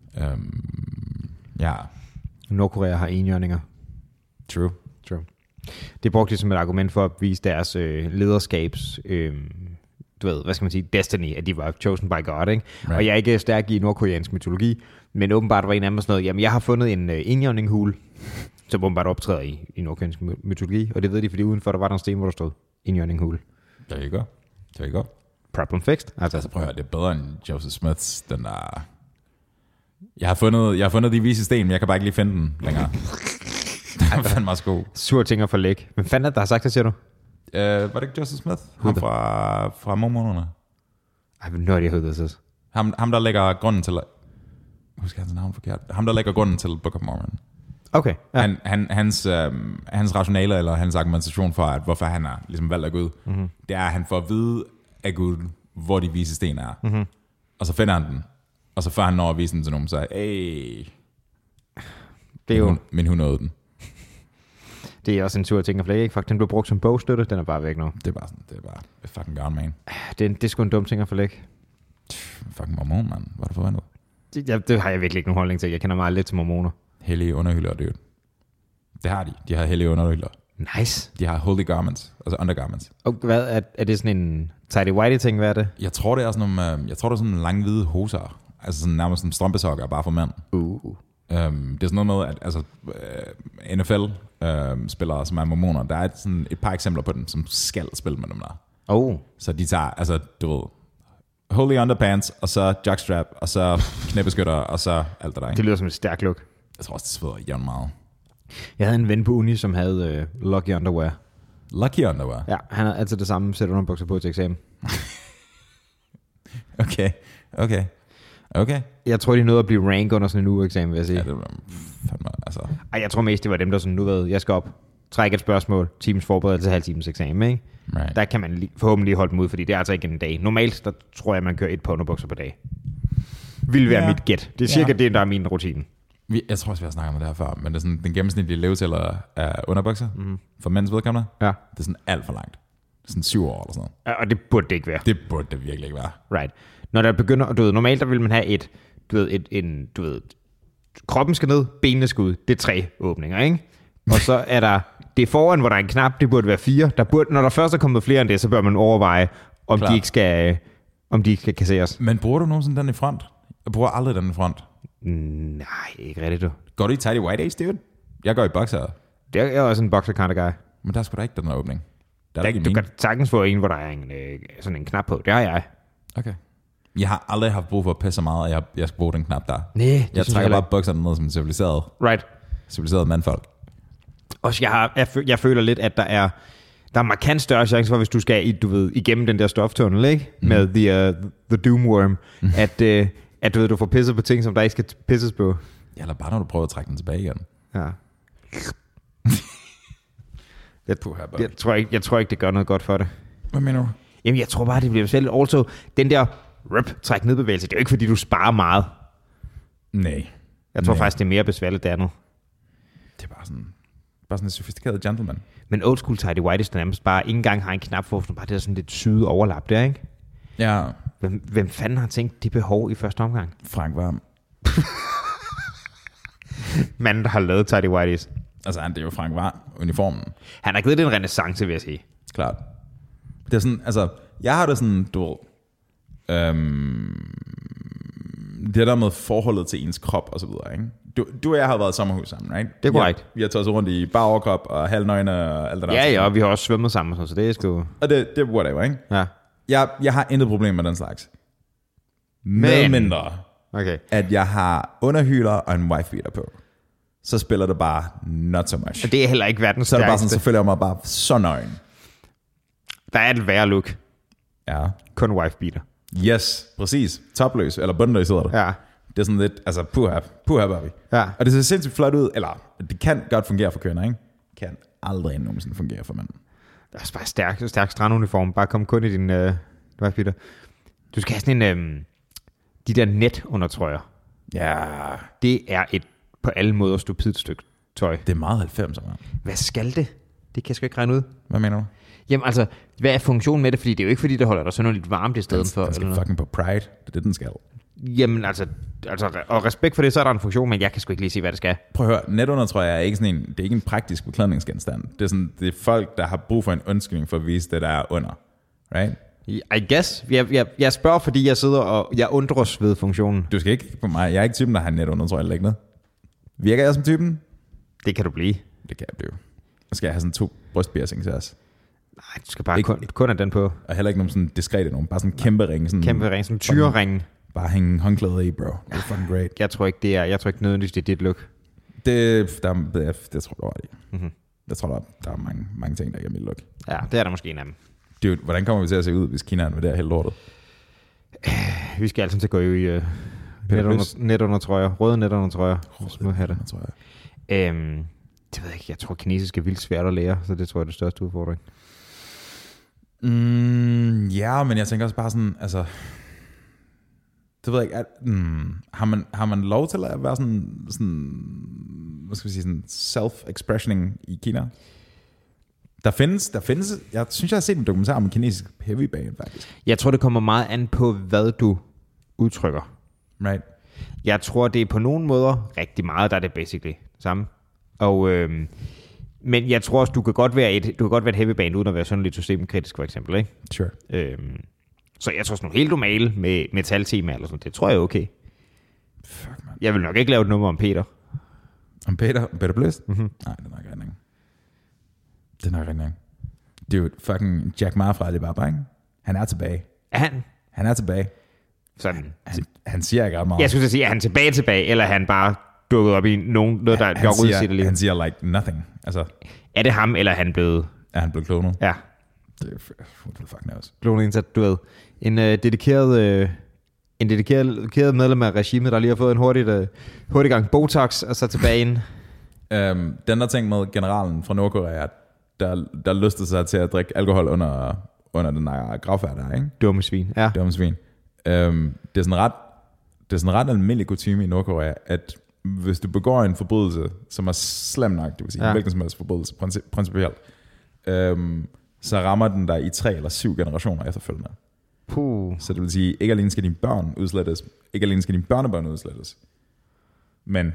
Ja. Nordkorea har enhjørninger. True. Det brugte de som et argument for at vise deres lederskabs, du ved, hvad skal man sige, destiny, at de var chosen by God, ikke? Right. Og jeg er ikke stærk i nordkoreansk mytologi, men åbenbart var en af dem sådan noget, jamen jeg har fundet en enhjørninghul, som åbenbart optræder i nordkoreansk mytologi, og det ved de, fordi udenfor der var der en sten, hvor der stod enhjørninghul. Det er ikke godt. problem fixed. Altså prøv at høre, det er bedre end Joseph Smiths, den der... Jeg har fundet de vise sten, men jeg kan bare ikke lige finde den længere. Den er fandme også god. Sur ting at forlægge. Hvem fanden er der har sagt det, siger du? Var det ikke Joseph Smith? Ham fra Mormonerne. Ej, men nu har jeg hørt det, så. Ham, der lægger grunden til... Husker jeg hans navn forkert? Ham, der lægger grunden til Book of Mormon. Okay. Ja. Hans rationale, eller hans argumentation for, at hvorfor han har ligesom valgt af Gud, det er, at han får at vide af Gud, hvor de vise sten er. Mm-hmm. Og så finder han den. Og så får han når at vise den til nogen, så det er jo... Men hun nåede den. Det er også en sur ting at flække, ikke? Fuck, den blev brugt som bogstøtte, den er bare væk nu. Det er bare fucking gone, man. Det er sgu en dum ting at forlægge. Fucking mormon, mand. Hvad er det for noget? Det har jeg virkelig ikke nogen holdning til. Jeg kender meget lidt til mormoner. Hellige underhylder, det har de. De har hellige underhylder. Nice. De har holy garments, altså undergarments. Og hvad er det sådan en tidy whitey ting, hvad er det? Jeg tror det er sådan nogle lange hvide hoser, altså sådan nærmest som strømpesokker bare for mænd. Det er sådan noget med at altså NFL spillere som er mormoner, der er sådan et par eksempler på dem som skal spille med dem der. Så de tager altså du ved holy underpants og så jockstrap og så knæbeskytter og så alt det der. Ikke? Det lyder som et stærkt look. Jeg tror også det sveder jævnt meget. Jeg havde en ven på uni, som havde lucky underwear. Lucky underwear? Ja, han havde altid det samme sæt underbukser på til eksamen. Okay. Jeg tror, de nåede at blive rank under sådan en ugeeksamen, vil jeg sige. Ja, det var fandme, altså. Ej, jeg tror mest, det var dem, der sådan, nu ved, jeg skal op, trække et spørgsmål, times forberedelse, halv times eksamen, ikke? Right. Der kan man forhåbentlig holde dem ud, fordi det er altså ikke en dag. Normalt, der tror jeg, man kører et par underbukser per dag. Vil være mit gæt. Det er cirka det, der er min rutine. Jeg tror også, vi har snakket om det her før, men det er sådan, den gennemsnitlige levetæller af underbukser for mænds vedkommende. Ja. Det er sådan alt for langt. Det er sådan 7 år eller sådan noget. Ja, og det burde det ikke være. Det burde det virkelig ikke være. Right. Når der begynder, du ved, normalt der vil man have kroppen skal ned, benene skal ud. Det er 3 åbninger, ikke? Og så er der det foran, hvor der er en knap, det burde være 4. Når der først er kommet flere end det, så bør man overveje, om de ikke skal kasseres. Men bruger du nogensinde den i front? Jeg bruger aldrig den i front. Nej, ikke rigtigt, du. Går du i tidy white days, dude? Jeg går i boxer. Det er også en boxer kind of guy. Men der er sgu da ikke den åbning. Du kan sagtens få en, hvor der er sådan en knap på. Det har jeg. Okay. Jeg har aldrig haft brug for at pisse så meget, at jeg skal bruge den knap der. Nej, jeg trækker bare bukserne ned som en civiliseret mandfolk. Også jeg føler lidt, at der er markant større chance for, hvis du skal igennem den der stoftunnel, ikke? Med the doomworm, at du får pisset på ting, som der ikke skal pisses på. Ja, eller bare når du prøver at trække den tilbage igen. Ja. Jeg tror ikke, det gør noget godt for det. Hvad mener du? Jamen, jeg tror bare, det bliver besværligt. Also, den der træk ned bevægelse, det er jo ikke, fordi du sparer meget. Nej. Jeg tror faktisk, det er mere besværligt det andet. Det er bare sådan en sofistikeret gentleman. Men old school tidy white er nærmest bare ikke engang har en knap for, bare det er sådan lidt syde overlap der, ikke? Ja. Hvem fanden har tænkt de behov i første omgang? Frank Varm. Manden, der har lavet tidy whities. Altså, det er jo Frank Varm, uniformen. Han har givet det en renæssance, vil jeg sige. Klart. Det er sådan, altså, jeg har det sådan, det der med forholdet til ens krop og så videre, ikke? Du og jeg har været i sommerhus sammen, right? Det er korrekt. Vi har taget os rundt i bare overkrop og halvnøgne og alt det der. Ja, og vi har også svømmet sammen, så det er sgu... Og det er whatever, ikke? Ja. Jeg har intet problem med den slags. Med mindre, at jeg har underhyler og en wife beater på. Så spiller det bare not so much. Og det er heller ikke verdens stærkeste. Så er det bare sådan, så føler jeg mig bare så nøgen. Der er et værre look. Ja. Kun wife beater. Yes, præcis. Topløs, eller bundløs hedder det. Ja. Det er sådan lidt, altså puha Barbie. Ja. Og det ser sindssygt flot ud, eller det kan godt fungere for kvinder, ikke? Kan aldrig nogensinde fungere for mænd. Det er bare stærk stranduniform. Bare kom kun i din wife beater. Du skal have sådan en, de der netundertrøjer. Ja. Det er et på alle måder stupidt stykke tøj. Det er meget 90'er, man. Hvad skal det? Det kan jeg sgu ikke regne ud. Hvad mener du? Jamen altså, hvad er funktionen med det? Fordi det er jo ikke fordi, det holder dig sådan lidt varmt i stedet for. Den skal fucking på Pride. Det er det, den skal. Jamen altså, og respekt for det, så er der en funktion, men jeg kan sgu ikke lige se, hvad det skal. Prøv at høre, netundertrøjer er ikke sådan en, det er ikke en praktisk beklædningsgenstand. Det er folk, der har brug for en undskyldning for at vise det, der er under. Right? I guess. Jeg spørger, fordi jeg sidder og jeg undres ved funktionen. Du skal ikke på mig. Jeg er ikke typen, der har netundertrøjer liggende. Virker jeg som typen? Det kan du blive. Det kan jeg blive. Så skal jeg have sådan 2 brystpiercings også. Nej, du skal bare kun have den på. Og heller ikke nogen sådan diskrete nogen. Bare sådan en kæmpe ring. Sådan en tyrering. Bare hænge håndklæder i, bro. Det er fucking great. Jeg tror ikke nødvendigvis, det er dit look. Det tror jeg, du har det. Mm-hmm. Jeg tror, der er mange ting, der ikke er mit look. Ja, det er der måske en af dem. Dude, hvordan kommer vi til at se ud, hvis Kinaen var der helt lortet? Vi skal altid til at gå i netundertrøjer. Røde netundertrøjer. Små hatter. Det ved jeg ikke. Jeg tror, kinesisk er vildt svært at lære, så det tror jeg er det største udfordring. Ja, men jeg tænker også bare sådan, altså... Det ved jeg ikke. Har man lov til at være sådan hvad skal vi sige, sådan self-expressioning i Kina? Der findes, jeg synes, jeg har set en dokumentar om en kinesisk heavy band, faktisk. Jeg tror, det kommer meget an på, hvad du udtrykker. Right. Jeg tror, det er på nogle måder rigtig meget, der er det basically samme. Og, men jeg tror også, du kan godt være et heavy band, uden at være sådan lidt systemkritisk, for eksempel, ikke? Sure. Så jeg tror sådan nogle helt normale med metaltema eller sådan, det tror jeg er okay. Fuck, man. Jeg vil nok ikke lave et nummer om Peter. Om Peter Bliss? Mm-hmm. Nej, det er nok rigtig. Det er nok rigtig. Dude, fucking Jack Ma fra Alibaba, ikke? Han er tilbage. Er han? Han er tilbage. Sådan. Han siger ikke ret meget. Jeg skulle sige, er han tilbage, eller er han bare dukket op i noget, der gør ud i sit liv? Han siger like nothing. Altså, er det ham, eller er han blevet... Er han blevet klonet? Ja. Det er fucking også. Klonet, så du ved. En dedikeret medlem af regimet, der lige har fået en hurtig gang Botox, og så tilbage ind. Den der ting med generalen fra Nordkorea, der lystede sig til at drikke alkohol under den der gravfærd der, ikke? Dumme svin, ja. Dumme svin. Det er sådan ret almindelig kutyme i Nordkorea, at hvis du begår en forbrydelse, som er slem nok, det vil sige, hvilken som helst forbrydelse, principielt, så rammer den der i 3 eller 7 generationer efterfølgende. Så det vil sige, ikke alene skal dine børn udslettes, ikke alene skal dine børnebørn udslettes, men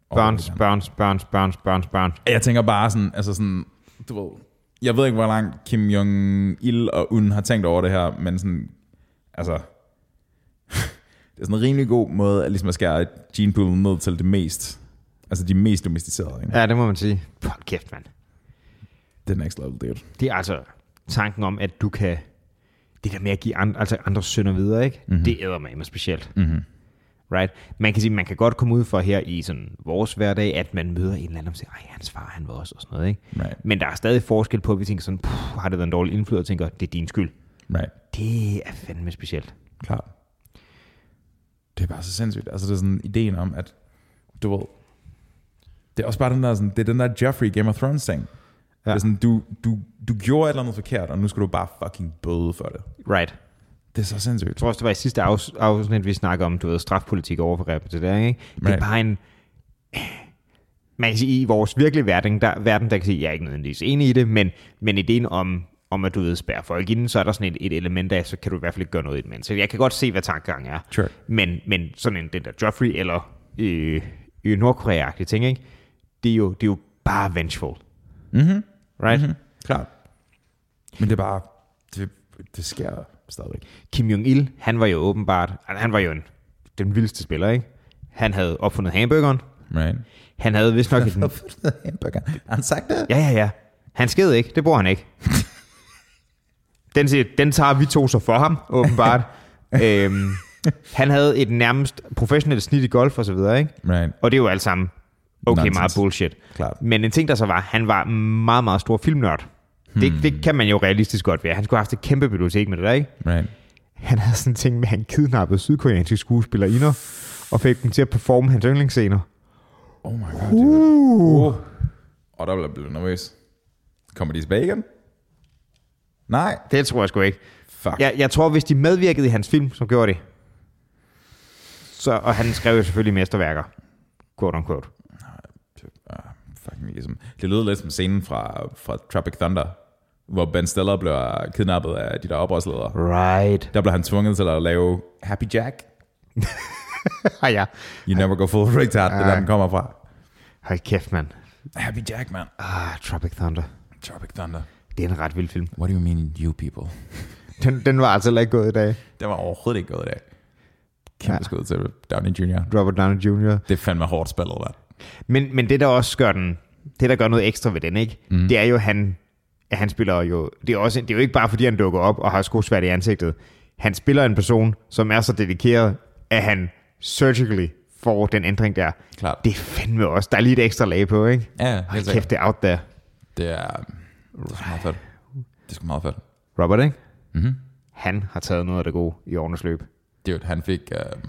børns. Jeg tænker bare sådan, altså sådan, du ved, jeg ved ikke, hvor langt Kim Jong-il og Un har tænkt over det her, men sådan, altså, det er sådan en rimelig god måde at ligesom at skære genepoolen ned til det mest, altså de mest domesticerede, ikke? Ja, det må man sige. Hold kæft, mand. Det er next level, dude. Det er altså tanken om, at du kan, det der med at give andre sønner videre, ikke? Mm-hmm. Det æder mig specielt. Mm-hmm. Right? Man kan sige, man kan godt komme ud for her i sådan vores hverdag, at man møder en eller anden og siger, ej, hans far, han var også og sådan noget, ikke? Right. Men der er stadig forskel på, at vi tænker sådan, har det været en dårlig indflydelse, og tænker, det er din skyld. Right. Det er fandme specielt. Klart. Det er bare så sindssygt. Altså det er sådan ideen om, at du ved, det er også bare den der, sådan, det er den der Joffrey Game of Thrones ting. Ja. Det er sådan, du gjorde et eller andet forkert, og nu skal du bare fucking bøde for det. Right. Det er så sindssygt. Jeg tror også, det var i sidste afsnit, vi snakker om, du ved, strafpolitik overfor til det, ikke? Det er bare en... Man kan sige, i vores virkelige verden, der kan sige, jeg er ikke nødvendigvis enig i det, men ideen om at du ved, spærre folk inden, så er der sådan et element af, så kan du i hvert fald ikke gøre noget i det. Men så jeg kan godt se, hvad tankegangen er. Sure. Men sådan den der Joffrey eller Nordkorea-agtige ting, ikke? Det er jo bare vengeful. Mm-hmm. Right? Mm-hmm. Klart. Men det er bare... Det sker stadigvæk. Kim Jong-il, han var jo åbenbart... Han var jo den vildeste spiller, ikke? Han havde opfundet hamburgeren. Right. Han havde vist nok... opfundet hamburgeren? Har han sagt det? Ja. Han sked ikke. Det bruger han ikke. Den tager vi to så for ham, åbenbart. Han havde et nærmest professionelt snit i golf og så videre, ikke? Right. Og det er jo alt sammen okay, meget bullshit. Klart. Men en ting, der så var, han var meget, meget stor filmnørd. Det kan man jo realistisk godt være. Han skulle have haft et kæmpe bibliotek med det der, ikke? Right. Han havde sådan en ting med, at han kidnappede sydkoreanske skuespillerinder og fik dem til at performe hans yndlingsscener. Oh my god, dude. Og der blev nervøs. Kommer de tilbage igen? Nej. Det tror jeg sgu ikke. Fuck. Jeg tror, hvis de medvirkede i hans film, så gjorde de. Og han skrev jo selvfølgelig mesterværker. Quote on quote. Ligesom. Det lyder lidt som scenen fra Tropic Thunder, hvor Ben Stiller bliver kidnappet af de der oprørsledere. Right. Der blev han tvunget til at lave Happy Jack. Ja. You never go full retard, det der den kommer fra. Hold kæft, mand. Happy Jack, man. Tropic Thunder. Tropic Thunder. Det er en ret vild film. What do you mean, you people? Den var altså ikke gået i dag. Den var overhovedet ikke gået i dag. Kæmpe skud til Downey Jr. Robert Downey Jr. Det er fandme hårdt spillet, hvad? Men det, der også gør det, der gør noget ekstra ved den, ikke? Det er jo, han at han spiller jo... Det er jo ikke bare, fordi han dukker op og har skosværd i ansigtet. Han spiller en person, som er så dedikeret, at han surgically får den ændring der. Klart. Det er fandme også. Der er lige et ekstra lag på, ikke? Ja, helt kæft, det er out there. Det er meget fedt. Det er sgu meget fedt. Robert, ikke? Mm-hmm. Han har taget noget af det gode i årenes løb. Det han fik...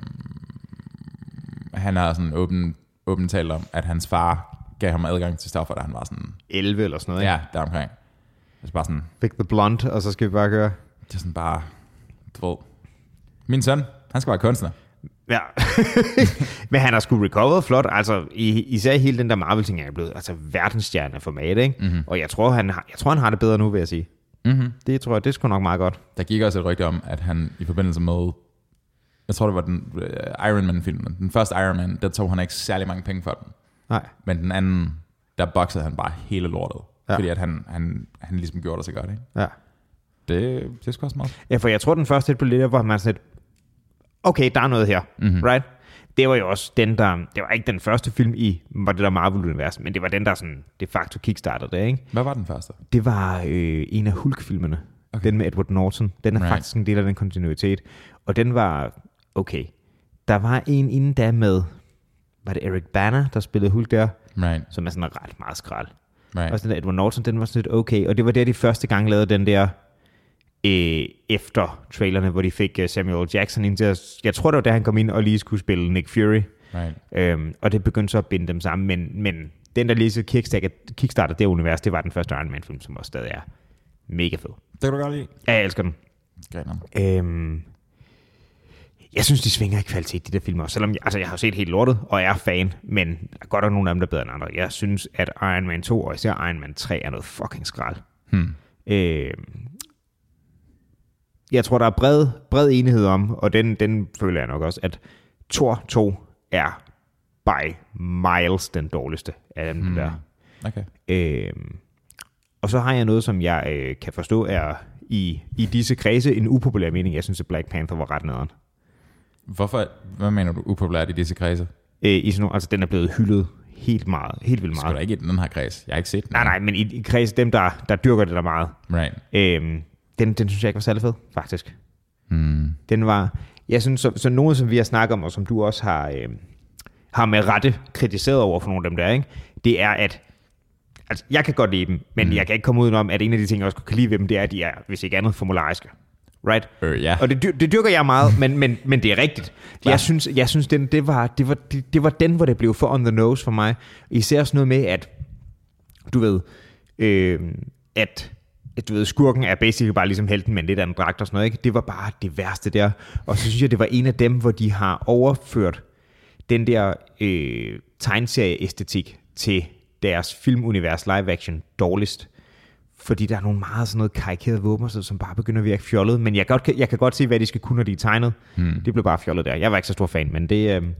han har sådan åben talt om, at hans far gav ham adgang til stoffer, da han var sådan... 11 eller sådan noget, ikke? Ja, deromkring. Det er bare sådan... Fik the blunt, og så skal vi bare køre. Det er sådan bare... Du ved... Min søn, han skal være kunstner. Ja. Men han har sgu recovered flot. Altså, især hele den der Marvel-ting er blevet altså verdensstjerne format, ikke? Mm-hmm. Og jeg tror, han har det bedre nu, vil jeg sige. Mm-hmm. Det tror jeg, det er sgu nok meget godt. Der gik også et rygte om, at han i forbindelse med... Jeg tror, det var den Iron Man-filmen. Den første Iron Man, der tog han ikke særlig mange penge for den. Nej. Men den anden, der boxede han bare hele lortet. Ja. Fordi at han ligesom gjorde det så godt, ikke? Ja. Det er sgu også meget. Ja, for jeg tror, den første blev lidt, hvor man sådan lidt, okay, der er noget her, right? Det var jo også den, der... Det var ikke den første film var det der Marvel-univers, men det var den, der sådan de facto kickstartede det, ikke? Hvad var den første? Det var en af Hulk-filmene. Okay. Den med Edward Norton. Den er faktisk en del af den kontinuitet. Og den var... Okay. Der var en inden da med... Var det Eric Bana, der spillede Hulk der? Right. Som er sådan ret meget skrald. Right. Og sådan der Edward Norton, den var sådan lidt okay. Og det var der, de første gang lavede den der... efter trailerne, hvor de fik Samuel Jackson ind til jeg tror det var der han kom ind og lige skulle spille Nick Fury, right. Og det begyndte så at binde dem sammen, men den der lige så kickstarter det univers, det var den første Iron Man film, som også stadig er mega fed. Det kan du godt lide? Ja, jeg elsker den. Jeg synes de svinger i kvalitet, de der film også, selvom jeg har set helt lortet og er fan, men der er godt nok nogle af dem der er bedre end andre. Jeg synes at Iron Man 2 og især Iron Man 3 er noget fucking skrald. Jeg tror, der er bred enighed om, og den føler jeg nok også, at Thor 2 er by miles den dårligste af dem der. Okay. Og så har jeg noget, som jeg kan forstå er i disse kredse en upopulær mening. Jeg synes, at Black Panther var ret nederen. Hvorfor? Hvad mener du upopulært i disse kredse? Altså, den er blevet hyldet helt vildt meget. Skal du ikke i den her kreds? Jeg har ikke set den. Nej, men i kredse, dem der dyrker det der meget. Right. Den synes jeg ikke var særlig fed, faktisk. Den var... Jeg synes, så nogle, som vi har snakket om, og som du også har med rette kritiseret over for nogle af dem der, ikke? Det er, at... Altså, jeg kan godt lide dem, men jeg kan ikke komme udenom, at en af de ting, jeg også kan lide ved dem, det er, at de er, hvis ikke andet, formulariske. Right? Yeah. Og det dyrker jeg meget, men det er rigtigt. Jeg synes det var den, hvor det blev for on the nose for mig. Især sådan noget med, at du ved, skurken er basically bare ligesom helten, men lidt af en dragt og sådan noget, ikke? Det var bare det værste der. Og så synes jeg, det var en af dem, hvor de har overført den der tegneserie-æstetik til deres filmunivers live action dårligst. Fordi der er nogle meget sådan noget karikerede våben, som bare begynder at virke fjollet. Men jeg kan godt se, hvad de skal kunne, når de er tegnet. Det blev bare fjollet der. Jeg var ikke så stor fan, men det er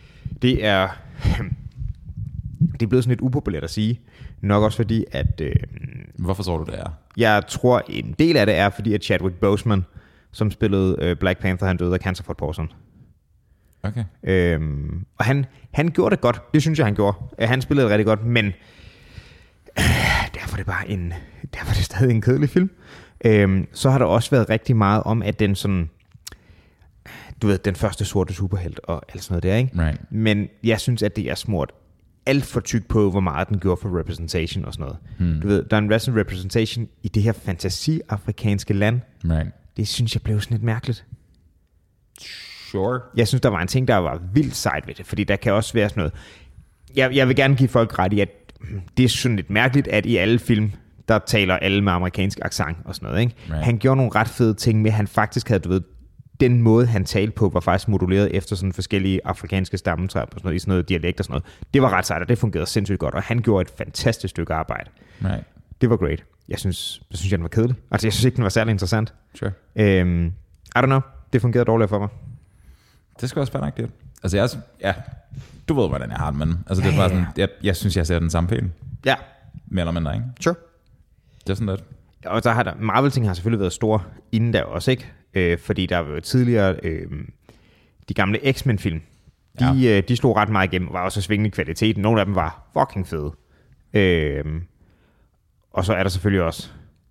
blevet sådan lidt upopulært at sige. Nok også fordi, at... Hvorfor tror du, det er? Jeg tror, en del af det er, fordi at Chadwick Boseman, som spillede Black Panther, han døde af cancer for et par år siden. Okay. Og han gjorde det godt. Det synes jeg, han gjorde. Han spillede rigtig godt, men... Derfor er det stadig en kedelig film. Så har der også været rigtig meget om, at den sådan... Du ved, den første sorte superhelt og alt sådan noget der, ikke? Right. Men jeg synes, at det er smurt alt for tyk på, hvor meget den gjorde for representation og sådan noget. Du ved, der er en representation i det her fantasi-afrikanske land. Right. Det synes jeg blev sådan lidt mærkeligt. Sure. Jeg synes, der var en ting, der var vildt sejt ved det, fordi der kan også være sådan noget... Jeg vil gerne give folk ret i, at det er sådan lidt mærkeligt, at i alle film, der taler alle med amerikansk accent og sådan noget, ikke? Right. Han gjorde nogle ret fede ting med, at han faktisk havde, du ved, den måde, han talte på, var faktisk moduleret efter sådan forskellige afrikanske stammetræer og sådan noget, i sådan noget dialekt og sådan noget. Det var ret sejt, og det fungerede sindssygt godt, og han gjorde et fantastisk stykke arbejde. Right. Det var great. Jeg synes, den var kedelig. Altså, jeg synes ikke, den var særlig interessant. Sure. I don't know. Det fungerede dårligt for mig. Det skal også være nok det. Altså, du ved, hvordan jeg har det, men altså, det er bare sådan, jeg synes, jeg ser den samme film. Ja. Mere eller mindre, ikke? Sure. Det er sådan lidt. Og så har Marvel-ting har selvfølgelig været stor inden der også, ikke? Fordi der var jo tidligere de gamle X-Men-film. De slog ret meget igennem, var også svingende i kvaliteten. Nogle af dem var fucking fede. Og så er der selvfølgelig også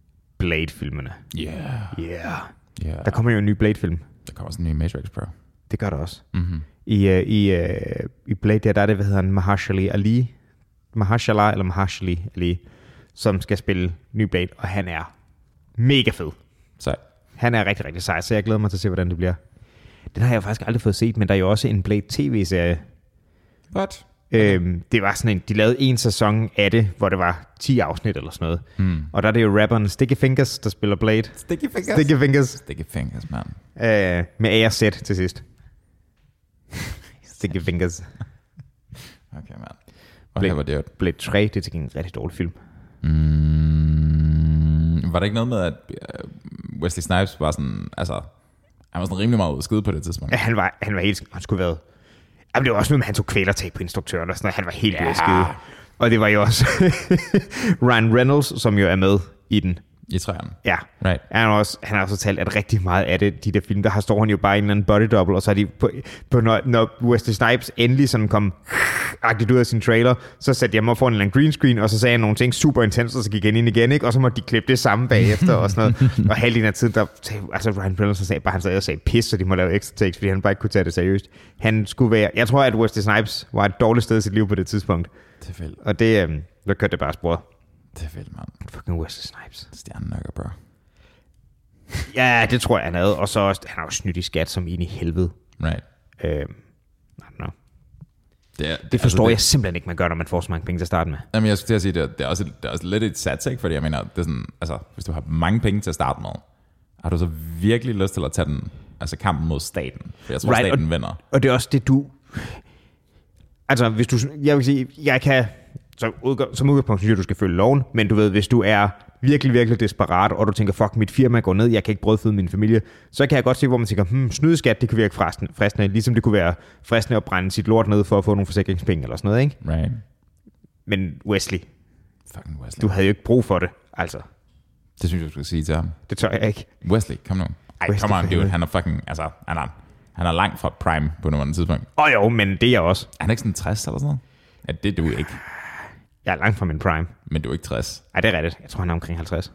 Blade-filmene. Yeah. Der kommer jo en ny Blade-film. Der kommer også en ny Matrix, bro. Det gør der også. Mm-hmm. I Blade, der er det, hvad hedder han, Mahershala Ali, som skal spille ny Blade, og han er mega fed. Sej. Han er rigtig, rigtig sej, så jeg glæder mig til at se, hvordan det bliver. Den har jeg faktisk aldrig fået set, men der er jo også en Blade TV-serie. What? Det var sådan de lavede en sæson af det, hvor det var 10 afsnit eller sådan noget. Og der er det jo rapperen Sticky Fingers, der spiller Blade. Sticky Fingers, man. Med A og Z til sidst. Sticky Fingers. Okay, man. Blade 3, det er til en rigtig dårlig film. Var der ikke noget med, at Wesley Snipes var sådan, altså, han var sådan rimelig meget ude at skide på det tidspunkt? Ja, han var helt, han skulle være. Jamen, det var også noget med, han tog kvælertag på instruktøren og sådan noget. Han var helt ude at skide. Og det var jo også Ryan Reynolds, som jo er med i den. I træerne? Ja. Right. Han har også talt, at rigtig meget af det, de der film, der står han jo bare i en eller anden body double, og så er de når Wesley Snipes endelig sådan kom agtigt ud af sin trailer, så satte jeg mig foran en eller anden green screen, og så sagde han nogle ting super intens, og så gik han ind igen, ikke? Og så måtte de klippe det samme bagefter, og sådan noget. Og halvdelen af tiden, altså Ryan Reynolds sagde bare, han sagde pis, så de må lave ekstra takes, fordi han bare ikke kunne tage det seriøst. Han skulle være, jeg tror, at Wesley Snipes var et dårligt sted i sit liv på det tidspunkt. Det er vildt. Og det, der kørte det bare sporet. Det er vildt, mand. Fucking Wesley Snipes. Stjernenøkker, bro. Ja, det tror jeg, han havde. Og så også, han har jo snydt i skat som en i helvede. Right. No. Det forstår jeg simpelthen ikke, man gør, når man får så mange penge til at starte med. Jamen, jeg skulle til at sige, det er også lidt et sats, ikke? Fordi jeg mener, det er sådan, altså, hvis du har mange penge til at starte med, har du så virkelig lyst til at tage den, altså kampen mod staten? For jeg tror, staten vinder. Og det er også det, du... Altså, hvis du... Jeg vil sige, jeg kan... Som udgangspunkt synes jeg, du skal følge loven, men du ved, hvis du er virkelig, virkelig desperat, og du tænker, fuck, mit firma går ned, jeg kan ikke brødføde min familie, så kan jeg godt se, hvor man tænker, snydeskat, det kunne virke fristende, ligesom det kunne være fristende at brænde sit lort ned for at få nogle forsikringspenge eller sådan noget, ikke? Right. Men Wesley, fucking Wesley, du havde jo ikke brug for det, altså. Det synes jeg, du skal sige til ham. Det tør jeg ikke. Wesley, kom nu. Come on, dude, han er fucking, altså, han er langt fra prime på nuværende tidspunkt. Jo, men det er jeg også. Er han ikke sådan 60 eller sådan noget? Ja, det er du ikke. Jeg er langt fra min prime. Men du er ikke 60. Nej, det er rigtigt. Jeg tror, han er omkring 50.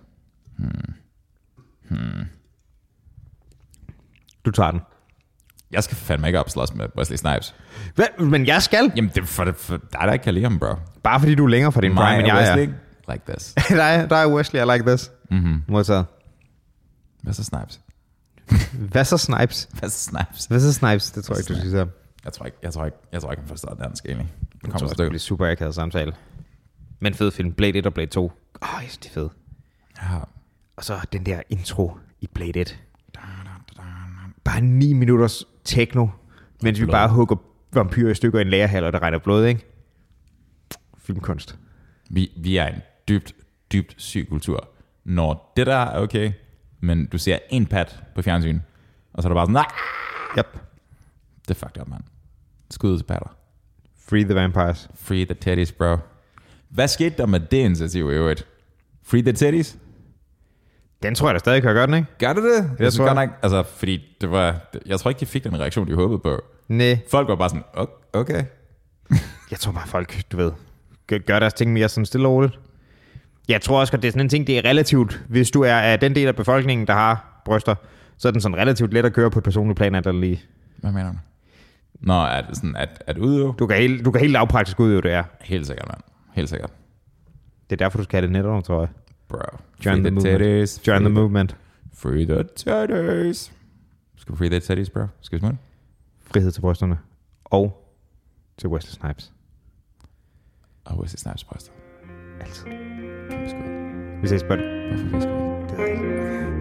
Du tager den. Jeg skal fandme ikke opslås med Wesley Snipes. Hvad? Men jeg skal? Jamen, det er for dig, der ikke kan lide ham, bro. Bare fordi du er længere fra din prime, end jeg Wesley, like this. Der er Wesley, I like this. Modtaget. Hvad så Snipes? Hvad så Snipes? Det tror jeg ikke, du skal sige. Jeg tror ikke, han forstår dansk egentlig. Jeg tror, det bliver super akavet samtale. Men fed film. Blade 1 og Blade 2. Jeg synes, det er fedt. Ja. Og så den der intro i Blade 1. Bare 9 minutters techno, mens vi bare hugger vampyrer i stykker i en lagerhal, og der regner blod, ikke? Filmkunst. Vi er en dybt syg kultur. Når det der er okay, men du ser en pat på fjernsyn, og så er der bare sådan, Yep. Det er fucked up, man. Skud til patter. Free the vampires. Free the teddies, bro. Hvad skete der med det initiativ i øvrigt? Free the teddies? Den tror jeg da stadig kan gøre den, ikke? Gør det det? Jeg tror godt nok, altså, fordi det var... Jeg tror ikke, de fik den reaktion, de håbede på. Nej. Folk var bare sådan, okay. Jeg tror bare, folk, du ved, gør deres ting mere sådan stille og roligt. Jeg tror også, at det er sådan en ting, det er relativt... Hvis du er af den del af befolkningen, der har bryster, så er den sådan relativt let at køre på et personligt plan, der lige... Hvad mener du? Nå, er det sådan, at udøve? Du kan helt lavpraktisk udøve det, ja. Helt sikkert, mand. Helt sikkert. Det er derfor, du skal have det netop, tror jeg. Bro. Join the titties. Join the movement. Free the titties. Skal vi free the titties, bro? Skal vi smutte? Frihed til brysterne. Og til Wesley Snipes. Og Wesley Snipes bryster. Altid. Kæmpe skud. Vi ses, bud. Hvorfor vi skal? Det ved jeg ikke.